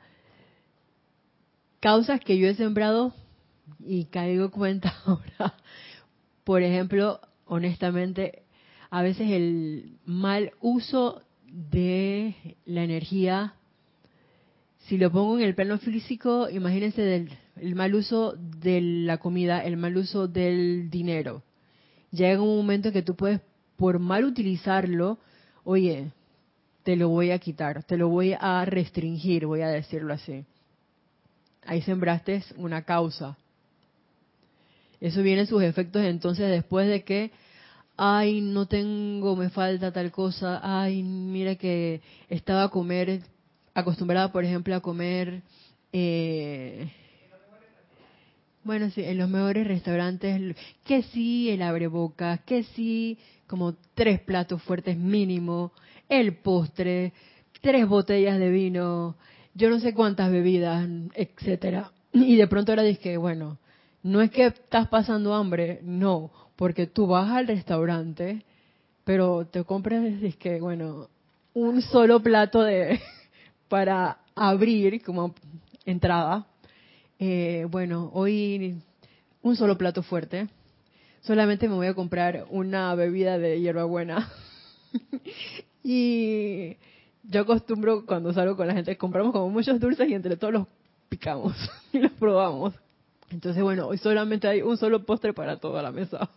Causas que yo he sembrado y caigo cuenta ahora. Por ejemplo, honestamente, a veces el mal uso de la energía, si lo pongo en el plano físico, imagínense del, el mal uso de la comida, el mal uso del dinero. Llega un momento que tú puedes, por mal utilizarlo, oye, te lo voy a quitar, te lo voy a restringir, voy a decirlo así. Ahí sembraste una causa. Eso viene en sus efectos entonces después de que, ay, no tengo, me falta tal cosa, ay, mira que estaba a comer, acostumbrada por ejemplo a comer, eh, bueno, sí, en los mejores restaurantes, que sí, el abrebocas, que sí, como tres platos fuertes mínimo, el postre, tres botellas de vino, yo no sé cuántas bebidas, etcétera. Y de pronto ahora dije, bueno, no es que estás pasando hambre, no, porque tú vas al restaurante, pero te compras, es que, bueno, un solo plato de para abrir como entrada. Eh, bueno, hoy un solo plato fuerte. Solamente me voy a comprar una bebida de hierbabuena. Y yo acostumbro cuando salgo con la gente, compramos como muchos dulces y entre todos los picamos y los probamos. Entonces, bueno, hoy solamente hay un solo postre para toda la mesa.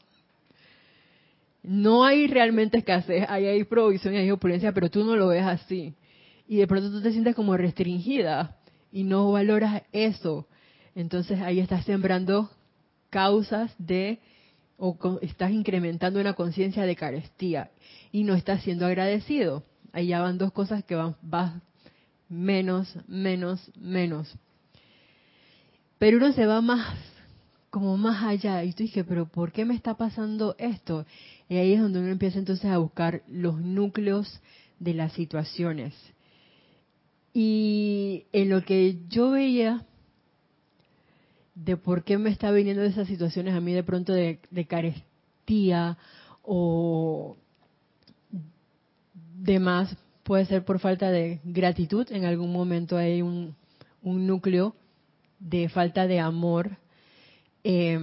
No hay realmente escasez, ahí hay provisión y hay opulencia, pero tú no lo ves así. Y de pronto tú te sientes como restringida y no valoras eso. Entonces ahí estás sembrando causas de, o con, estás incrementando una conciencia de carestía y no estás siendo agradecido. Ahí ya van dos cosas que van, vas menos, menos, menos. Pero uno se va más, como más allá. Y tú dices, pero ¿por qué me está pasando esto? Y ahí es donde uno empieza entonces a buscar los núcleos de las situaciones. Y en lo que yo veía de por qué me está viniendo esas situaciones a mí de pronto de, de carestía o demás, puede ser por falta de gratitud, en algún momento hay un, un núcleo de falta de amor. Eh,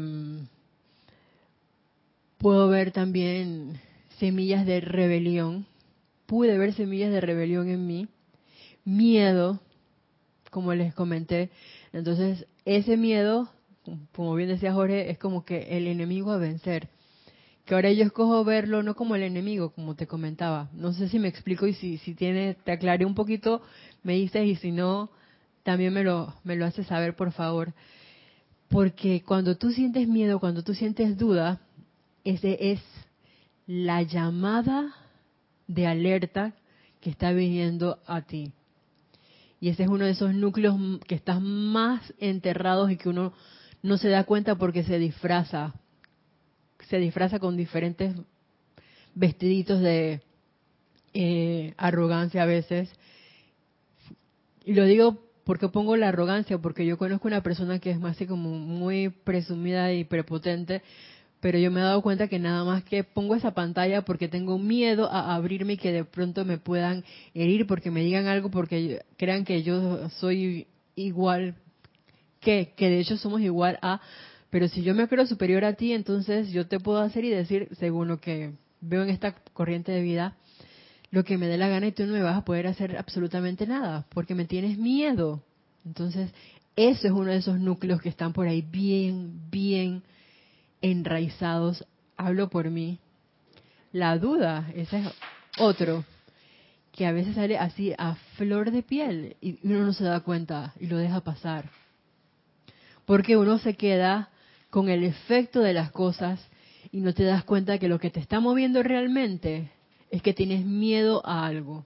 puedo ver también semillas de rebelión, pude ver semillas de rebelión en mí, miedo, como les comenté. Entonces, ese miedo, como bien decía Jorge, es como que el enemigo a vencer. Que ahora yo escojo verlo no como el enemigo, como te comentaba. No sé si me explico y si, si tiene, te aclaré un poquito, me dices, y si no, también me lo, me lo haces saber, por favor. Porque cuando tú sientes miedo, cuando tú sientes duda, ese es la llamada de alerta que está viniendo a ti. Y ese es uno de esos núcleos que están más enterrados y que uno no se da cuenta porque se disfraza. Se disfraza con diferentes vestiditos de eh, arrogancia a veces. Y lo digo porque pongo la arrogancia, porque yo conozco una persona que es más así como muy presumida y prepotente, pero yo me he dado cuenta que nada más que pongo esa pantalla porque tengo miedo a abrirme y que de pronto me puedan herir, porque me digan algo, porque crean que yo soy igual que, que de hecho somos igual a, pero si yo me creo superior a ti, entonces yo te puedo hacer y decir, según lo que veo en esta corriente de vida, lo que me dé la gana y tú no me vas a poder hacer absolutamente nada, porque me tienes miedo. Entonces, eso es uno de esos núcleos que están por ahí bien, bien enraizados. Hablo por mí. La duda, ese es otro, que a veces sale así a flor de piel y uno no se da cuenta y lo deja pasar. Porque uno se queda con el efecto de las cosas y no te das cuenta que lo que te está moviendo realmente es que tienes miedo a algo.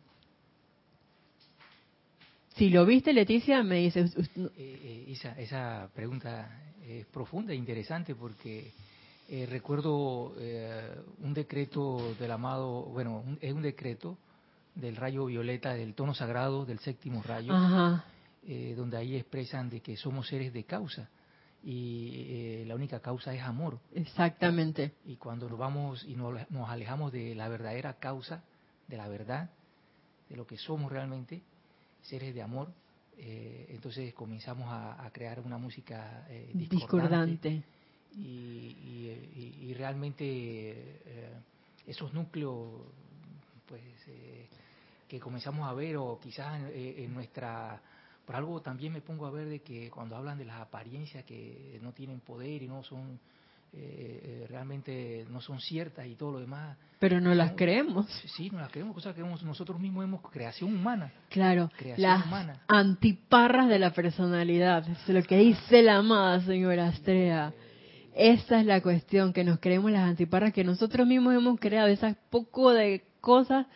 Si lo viste, Leticia, me dice... Eh, eh, esa, esa pregunta es profunda e interesante porque eh, recuerdo eh, un decreto del amado, bueno, un, es un decreto del rayo violeta, del tono sagrado del séptimo rayo, Ajá. Eh, donde ahí expresan de que somos seres de causa y eh, la única causa es amor. Exactamente. Y cuando nos vamos y nos, nos alejamos de la verdadera causa, de la verdad, de lo que somos realmente, seres de amor, eh, entonces comenzamos a, a crear una música eh, discordante, Discordante. y, y, y, y realmente eh, esos núcleos pues eh, que comenzamos a ver, o quizás en, en nuestra... Por algo también me pongo a ver de que cuando hablan de las apariencias que no tienen poder y no son eh, realmente no son ciertas y todo lo demás. Pero no las Son, creemos. sí, no las creemos, cosas que hemos, nosotros mismos hemos, creación humana. Claro, Creación las humana. antiparras de la personalidad. Es lo que dice la amada señora Astrea. Esa es la cuestión, que nos creemos las antiparras que nosotros mismos hemos creado, esas poco de cosas,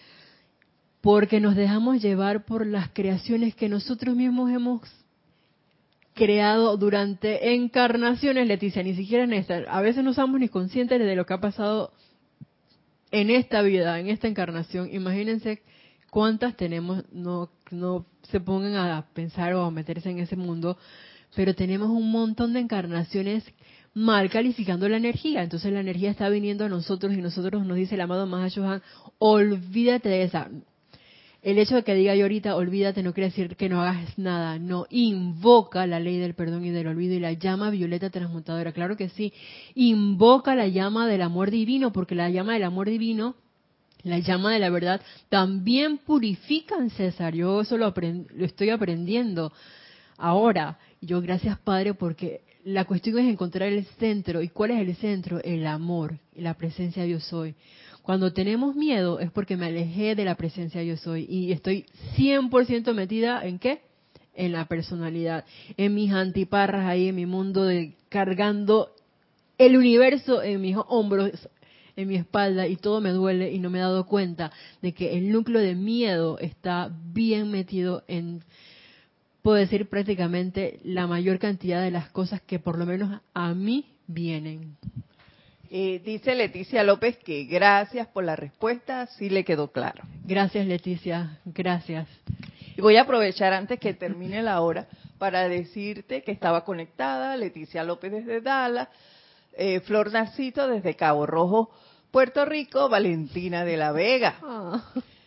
porque nos dejamos llevar por las creaciones que nosotros mismos hemos creado durante encarnaciones, Leticia, ni siquiera en esta. A veces no somos ni conscientes de lo que ha pasado en esta vida, en esta encarnación. Imagínense cuántas tenemos, no, no se pongan a pensar o a meterse en ese mundo, pero tenemos un montón de encarnaciones mal calificando la energía. Entonces la energía está viniendo a nosotros y nosotros nos dice el amado Mahashohan, olvídate de esa. El hecho de que diga yo ahorita, olvídate, no quiere decir que no hagas nada. No, invoca la ley del perdón y del olvido y la llama violeta transmutadora. Claro que sí, invoca la llama del amor divino, porque la llama del amor divino, la llama de la verdad, también purifican, César. Yo eso lo, aprend- lo estoy aprendiendo ahora. Yo, gracias Padre, porque la cuestión es encontrar el centro. ¿Y cuál es el centro? El amor, la presencia de yo soy. Cuando tenemos miedo es porque me alejé de la presencia yo soy y estoy cien por ciento metida en ¿qué? En la personalidad, en mis antiparras ahí, en mi mundo de cargando el universo en mis hombros, en mi espalda, y todo me duele y no me he dado cuenta de que el núcleo de miedo está bien metido en, puedo decir prácticamente la mayor cantidad de las cosas que por lo menos a mí vienen. Eh, dice Leticia López que gracias por la respuesta, sí le quedó claro. Gracias, Leticia, gracias. Y voy a aprovechar antes que termine la hora para decirte que estaba conectada Leticia López desde Dallas, eh, Flor Narcito desde Cabo Rojo, Puerto Rico, Valentina de la Vega. Oh.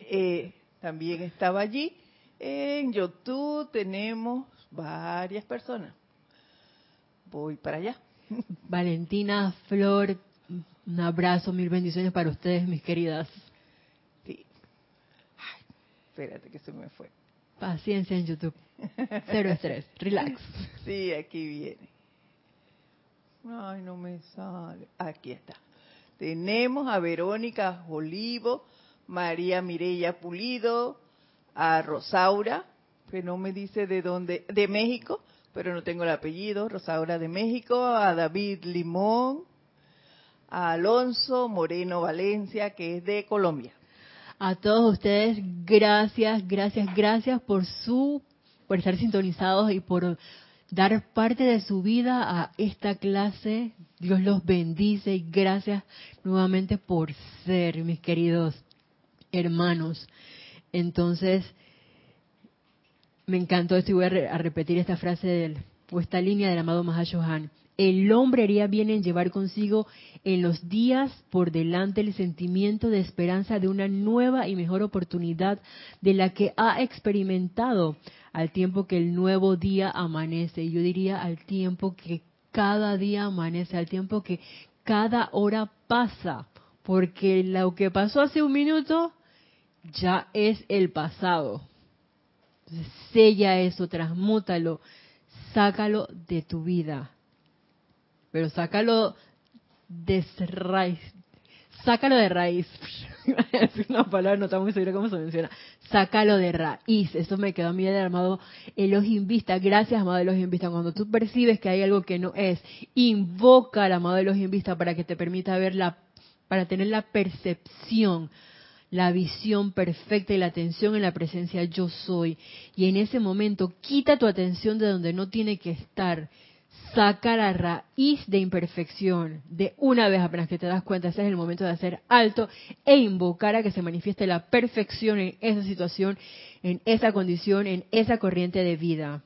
eh, también estaba allí. En YouTube tenemos varias personas. Voy para allá. Valentina, Flor, un abrazo, mil bendiciones para ustedes, mis queridas. Sí. Ay, espérate que se me fue. Paciencia en YouTube. Cero estrés, relax. Sí, aquí viene. Ay, no me sale. Aquí está. Tenemos a Verónica Olivo, María Mireya Pulido, a Rosaura, que no me dice de dónde, de México, pero no tengo el apellido, Rosaura de México, a David Limón, a Alonso Moreno Valencia, que es de Colombia. A todos ustedes, gracias, gracias, gracias por su, por estar sintonizados y por dar parte de su vida a esta clase. Dios los bendice y gracias nuevamente por ser, mis queridos hermanos. Entonces, me encantó esto y voy a, re, a repetir esta frase del, o esta línea del amado Mahashohan. El hombre haría bien en llevar consigo en los días por delante el sentimiento de esperanza de una nueva y mejor oportunidad de la que ha experimentado al tiempo que el nuevo día amanece. Y yo diría al tiempo que cada día amanece, al tiempo que cada hora pasa, porque lo que pasó hace un minuto ya es el pasado. Entonces, sella eso, transmútalo, sácalo de tu vida. Pero sácalo de raíz. Sácalo de raíz. Es una palabra, no está muy segura cómo se menciona. Sácalo de raíz. Eso me quedó a mí del amado Elohim Vista. Gracias, amado Elohim Vista. Cuando tú percibes que hay algo que no es, invoca al amado Elohim Vista para que te permita ver la, para tener la percepción, la visión perfecta y la atención en la presencia yo soy. Y en ese momento quita tu atención de donde no tiene que estar. Saca la raíz de imperfección. De una vez apenas que te das cuenta, ese es el momento de hacer alto e invocar a que se manifieste la perfección en esa situación, en esa condición, en esa corriente de vida.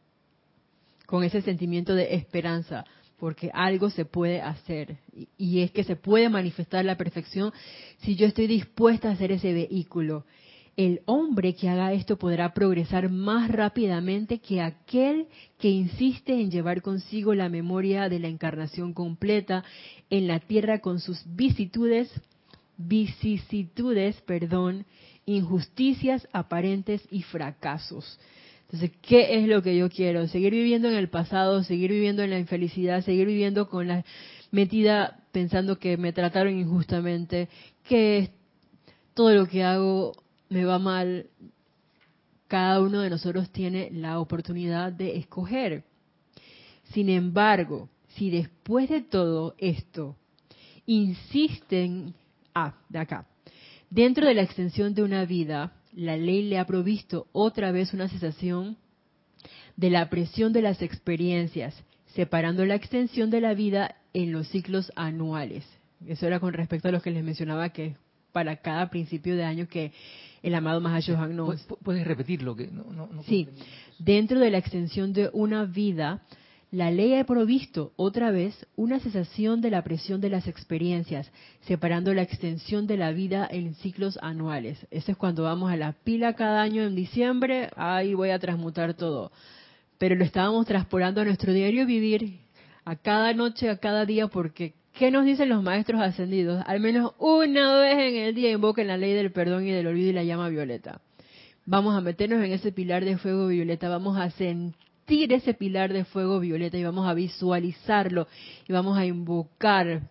Con ese sentimiento de esperanza. Porque algo se puede hacer. Y es que se puede manifestar la perfección si yo estoy dispuesta a hacer ese vehículo. El hombre que haga esto podrá progresar más rápidamente que aquel que insiste en llevar consigo la memoria de la encarnación completa en la tierra con sus vicisitudes, vicisitudes, perdón, injusticias aparentes y fracasos. Entonces, ¿qué es lo que yo quiero? Seguir viviendo en el pasado, seguir viviendo en la infelicidad, seguir viviendo con la metida pensando que me trataron injustamente, que todo lo que hago me va mal. Cada uno de nosotros tiene la oportunidad de escoger. Sin embargo, si después de todo esto insisten, ah, de acá, dentro de la extensión de una vida, la ley le ha provisto otra vez una cesación de la presión de las experiencias, separando la extensión de la vida en los ciclos anuales. Eso era con respecto a lo que les mencionaba, que para cada principio de año que el amado Mahashohan nos... ¿Puedes repetirlo? Que no, no, no sí, dentro de la extensión de una vida, la ley ha provisto otra vez una cesación de la presión de las experiencias, separando la extensión de la vida en ciclos anuales. Eso es cuando vamos a la pila cada año en diciembre, ahí voy a transmutar todo. Pero lo estábamos transportando a nuestro diario vivir, a cada noche, a cada día, porque ¿qué nos dicen los maestros ascendidos? Al menos una vez en el día invoquen la ley del perdón y del olvido y la llama violeta. Vamos a meternos en ese pilar de fuego violeta, vamos a sentir ese pilar de fuego violeta y vamos a visualizarlo y vamos a invocar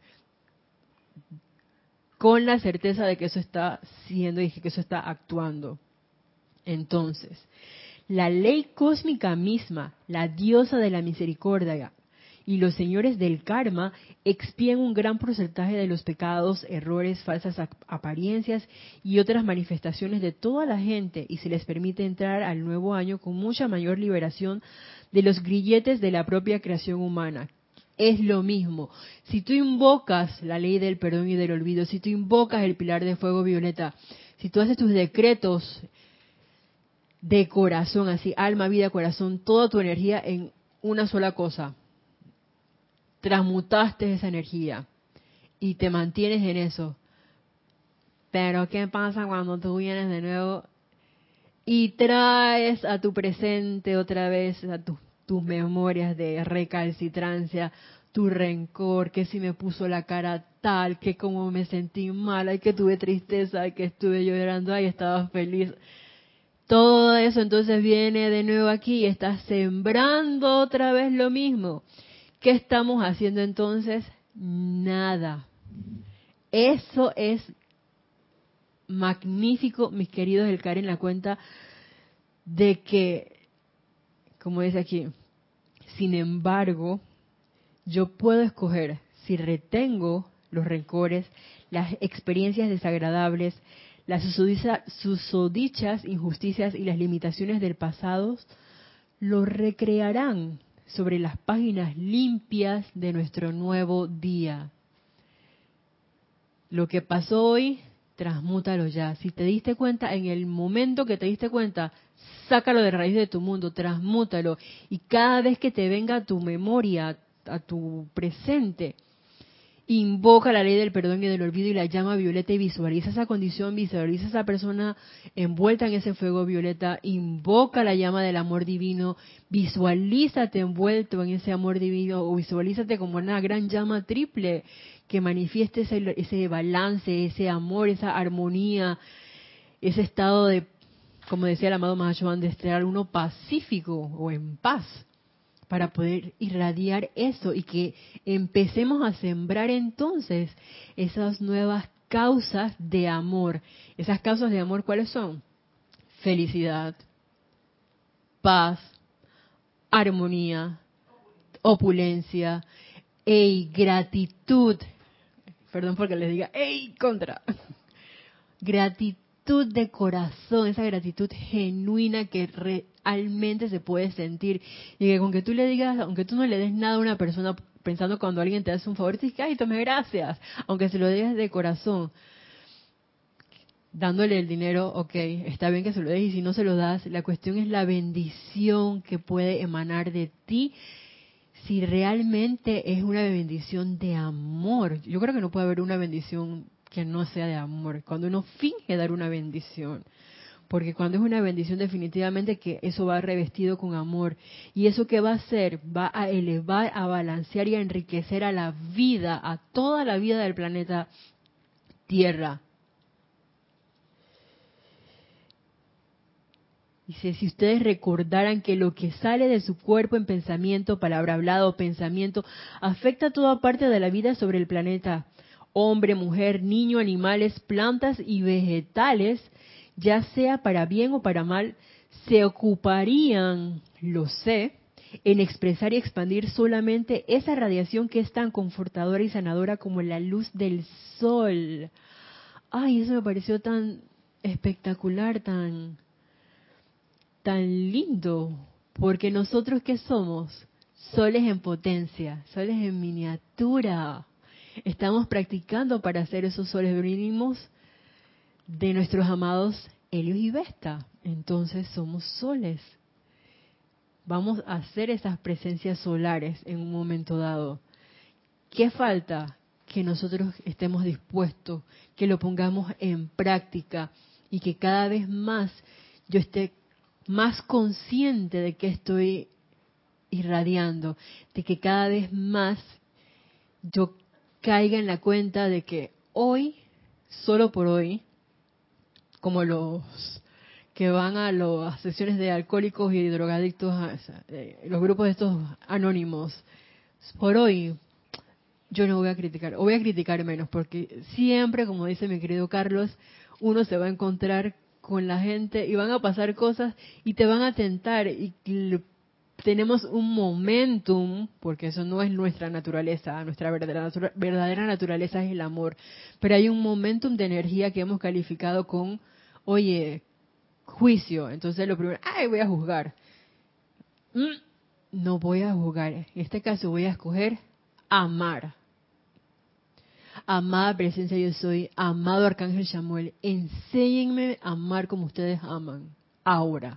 con la certeza de que eso está siendo y que eso está actuando. Entonces, la ley cósmica misma, la diosa de la misericordia y los señores del karma expían un gran porcentaje de los pecados, errores, falsas apariencias y otras manifestaciones de toda la gente y se les permite entrar al nuevo año con mucha mayor liberación de los grilletes de la propia creación humana. Es lo mismo. Si tú invocas la ley del perdón y del olvido, si tú invocas el pilar de fuego violeta, si tú haces tus decretos de corazón, así, alma, vida, corazón, toda tu energía en una sola cosa, transmutaste esa energía y te mantienes en eso, Pero ¿qué pasa cuando tú vienes de nuevo y traes a tu presente otra vez a tu, tus memorias de recalcitrancia, tu rencor, que si me puso la cara tal, que como me sentí mal, ay, que tuve tristeza, ay, que estuve llorando, ay, estaba feliz? Todo eso entonces viene de nuevo aquí y está sembrando otra vez lo mismo. ¿Qué estamos haciendo entonces? Nada. Eso es magnífico, mis queridos, el caer en la cuenta de que, como dice aquí, sin embargo, yo puedo escoger si retengo los rencores, las experiencias desagradables, las susodicha- susodichas injusticias y las limitaciones del pasado, lo recrearán sobre las páginas limpias de nuestro nuevo día. Lo que pasó hoy, transmútalo ya. Si te diste cuenta, en el momento que te diste cuenta, sácalo de raíz de tu mundo, transmútalo. Y cada vez que te venga a tu memoria, a tu presente, invoca la ley del perdón y del olvido y la llama violeta y visualiza esa condición, visualiza esa persona envuelta en ese fuego violeta, invoca la llama del amor divino, visualízate envuelto en ese amor divino o visualízate como una gran llama triple que manifieste ese, ese balance, ese amor, esa armonía, ese estado de, como decía el amado Mahashohan, de estar uno pacífico o en paz, para poder irradiar eso y que empecemos a sembrar entonces esas nuevas causas de amor. Esas causas de amor, ¿cuáles son? Felicidad, paz, armonía, opulencia, ey, gratitud. Perdón porque les diga, ey, contra. Gratitud de corazón, esa gratitud genuina que realmente se puede sentir. Y que con que tú le digas, aunque tú no le des nada a una persona, pensando cuando alguien te hace un favor, te dices, ay, tome gracias, aunque se lo digas de corazón, dándole el dinero, ok, está bien que se lo des, y si no se lo das, la cuestión es la bendición que puede emanar de ti, si realmente es una bendición de amor. Yo creo que no puede haber una bendición que no sea de amor, cuando uno finge dar una bendición, porque cuando es una bendición definitivamente que eso va revestido con amor, y eso que va a hacer, va a elevar, a balancear y a enriquecer a la vida, a toda la vida del planeta Tierra. Dice, si ustedes recordaran que lo que sale de su cuerpo en pensamiento, palabra hablada o pensamiento, afecta a toda parte de la vida sobre el planeta, hombre, mujer, niño, animales, plantas y vegetales, ya sea para bien o para mal, se ocuparían, lo sé, en expresar y expandir solamente esa radiación que es tan confortadora y sanadora como la luz del sol. Ay, eso me pareció tan espectacular, tan... tan lindo, porque nosotros ¿qué somos? Soles en potencia, soles en miniatura. Estamos practicando para hacer esos soles mínimos de nuestros amados Helios y Vesta. Entonces somos soles. Vamos a hacer esas presencias solares en un momento dado. ¿Qué falta? Que nosotros estemos dispuestos, que lo pongamos en práctica y que cada vez más yo esté más consciente de que estoy irradiando, de que cada vez más yo caiga en la cuenta de que hoy, solo por hoy, como los que van a las sesiones de alcohólicos y drogadictos, los grupos de estos anónimos, por hoy yo no voy a criticar, o voy a criticar menos, porque siempre, como dice mi querido Carlos, uno se va a encontrar con la gente y van a pasar cosas y te van a tentar y tenemos un momentum, porque eso no es nuestra naturaleza, nuestra verdadera, natura, verdadera naturaleza es el amor, pero hay un momentum de energía que hemos calificado con, oye, juicio. Entonces lo primero, ay, voy a juzgar. Mm, no voy a juzgar, en este caso voy a escoger amar. Amada presencia yo soy, amado Arcángel Chamuel, enséñenme a amar como ustedes aman, ahora.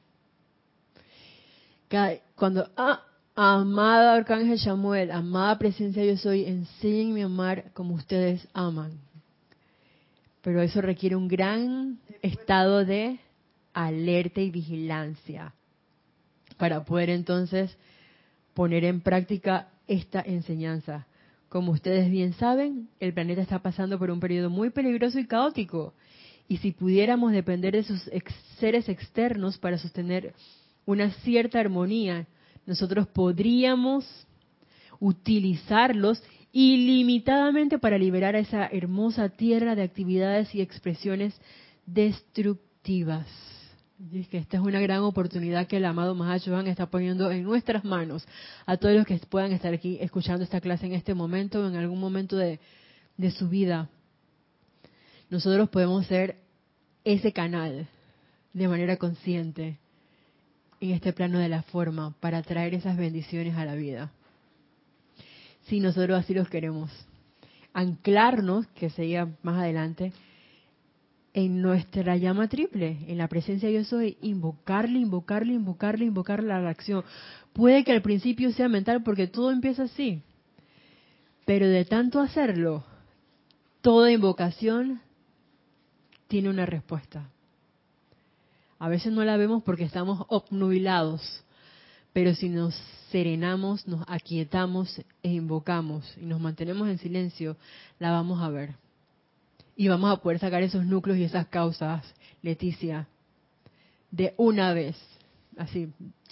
Cada, cuando, ah, amada Arcángel Chamuel, amada presencia yo soy, enséñenme a amar como ustedes aman. pero eso requiere un gran estado de alerta y vigilancia para poder entonces poner en práctica esta enseñanza. Como ustedes bien saben, el planeta está pasando por un periodo muy peligroso y caótico. Y si pudiéramos depender de sus ex seres externos para sostener una cierta armonía, nosotros podríamos utilizarlos ilimitadamente para liberar a esa hermosa tierra de actividades y expresiones destructivas. Y es que esta es una gran oportunidad que el amado Mahashohan está poniendo en nuestras manos a todos los que puedan estar aquí escuchando esta clase en este momento o en algún momento de, de su vida. Nosotros podemos ser ese canal de manera consciente en este plano de la forma para traer esas bendiciones a la vida. Si nosotros así los queremos. Anclarnos, que sería más adelante, en nuestra llama triple, en la presencia yo soy, invocarle, invocarle, invocarle, invocarle a la acción. Puede que al principio sea mental porque todo empieza así, pero de tanto hacerlo, toda invocación tiene una respuesta. A veces no la vemos porque estamos obnubilados, pero si nos serenamos, nos aquietamos e invocamos y nos mantenemos en silencio, la vamos a ver. Y vamos a poder sacar esos núcleos y esas causas, Leticia, de una vez. Así.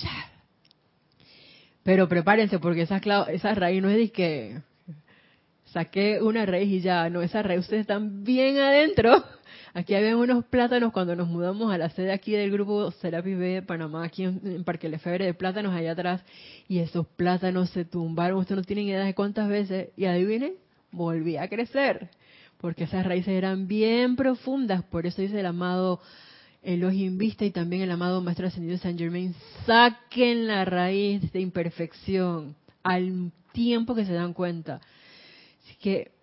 Pero prepárense porque esa, esa raíz no es de que saqué una raíz y ya. No, esa raíz ustedes están bien adentro. Aquí había unos plátanos cuando nos mudamos a la sede aquí del grupo Serapis B de Panamá, aquí en, en Parque Lefebvre, de plátanos allá atrás. Y esos plátanos se tumbaron. Ustedes no tienen idea de cuántas veces. Y adivinen, volví a crecer. Porque esas raíces eran bien profundas, por eso dice el amado Elohim Vista y también el amado Maestro Ascendido Saint Germain, saquen la raíz de imperfección al tiempo que se dan cuenta. Así que,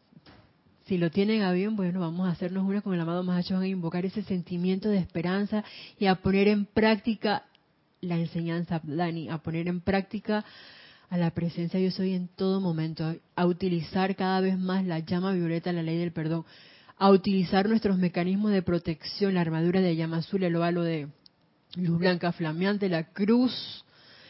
si lo tienen a bien, bueno, vamos a hacernos una con el amado Mahashohan, a invocar ese sentimiento de esperanza y a poner en práctica la enseñanza Dani, a poner en práctica a la presencia yo soy en todo momento, a utilizar cada vez más la llama violeta, la ley del perdón, a utilizar nuestros mecanismos de protección, la armadura de llama azul, el óvalo de luz blanca flameante, la cruz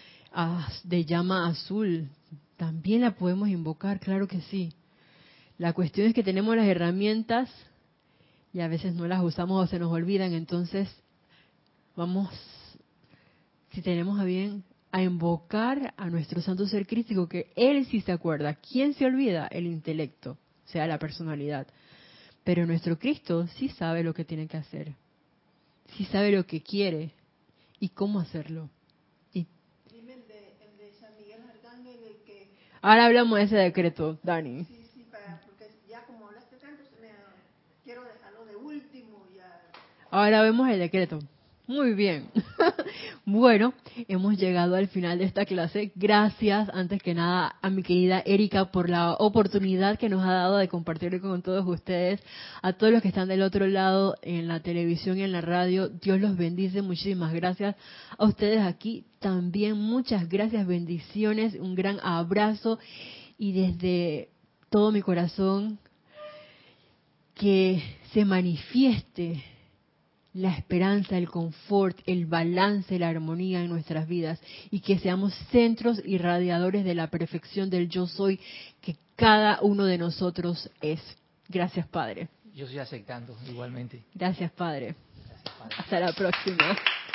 de llama azul, también la podemos invocar, claro que sí. La cuestión es que tenemos las herramientas y a veces no las usamos o se nos olvidan, entonces vamos, si tenemos a bien, a invocar a nuestro santo ser crístico, que él sí se acuerda. ¿Quién se olvida? El intelecto, o sea, la personalidad. Pero nuestro Cristo sí sabe lo que tiene que hacer, sí sabe lo que quiere y cómo hacerlo. Y Dime el de, el de San Miguel Arcángel, el que... ahora hablamos de ese decreto, Dani. Sí, sí, para, porque ya como hablaste tanto, se me, quiero dejarlo de último ya. Ahora vemos el decreto. Muy bien. Bueno, hemos llegado al final de esta clase. Gracias, antes que nada, a mi querida Erika por la oportunidad que nos ha dado de compartir con todos ustedes. A todos los que están del otro lado, en la televisión y en la radio, Dios los bendice. Muchísimas gracias a ustedes aquí. También muchas gracias, bendiciones, un gran abrazo. Y desde todo mi corazón, que se manifieste la esperanza, el confort, el balance, la armonía en nuestras vidas y que seamos centros irradiadores de la perfección del yo soy que cada uno de nosotros es. Gracias, Padre. Yo estoy aceptando igualmente. Gracias, Padre. Gracias, Padre. Hasta la próxima.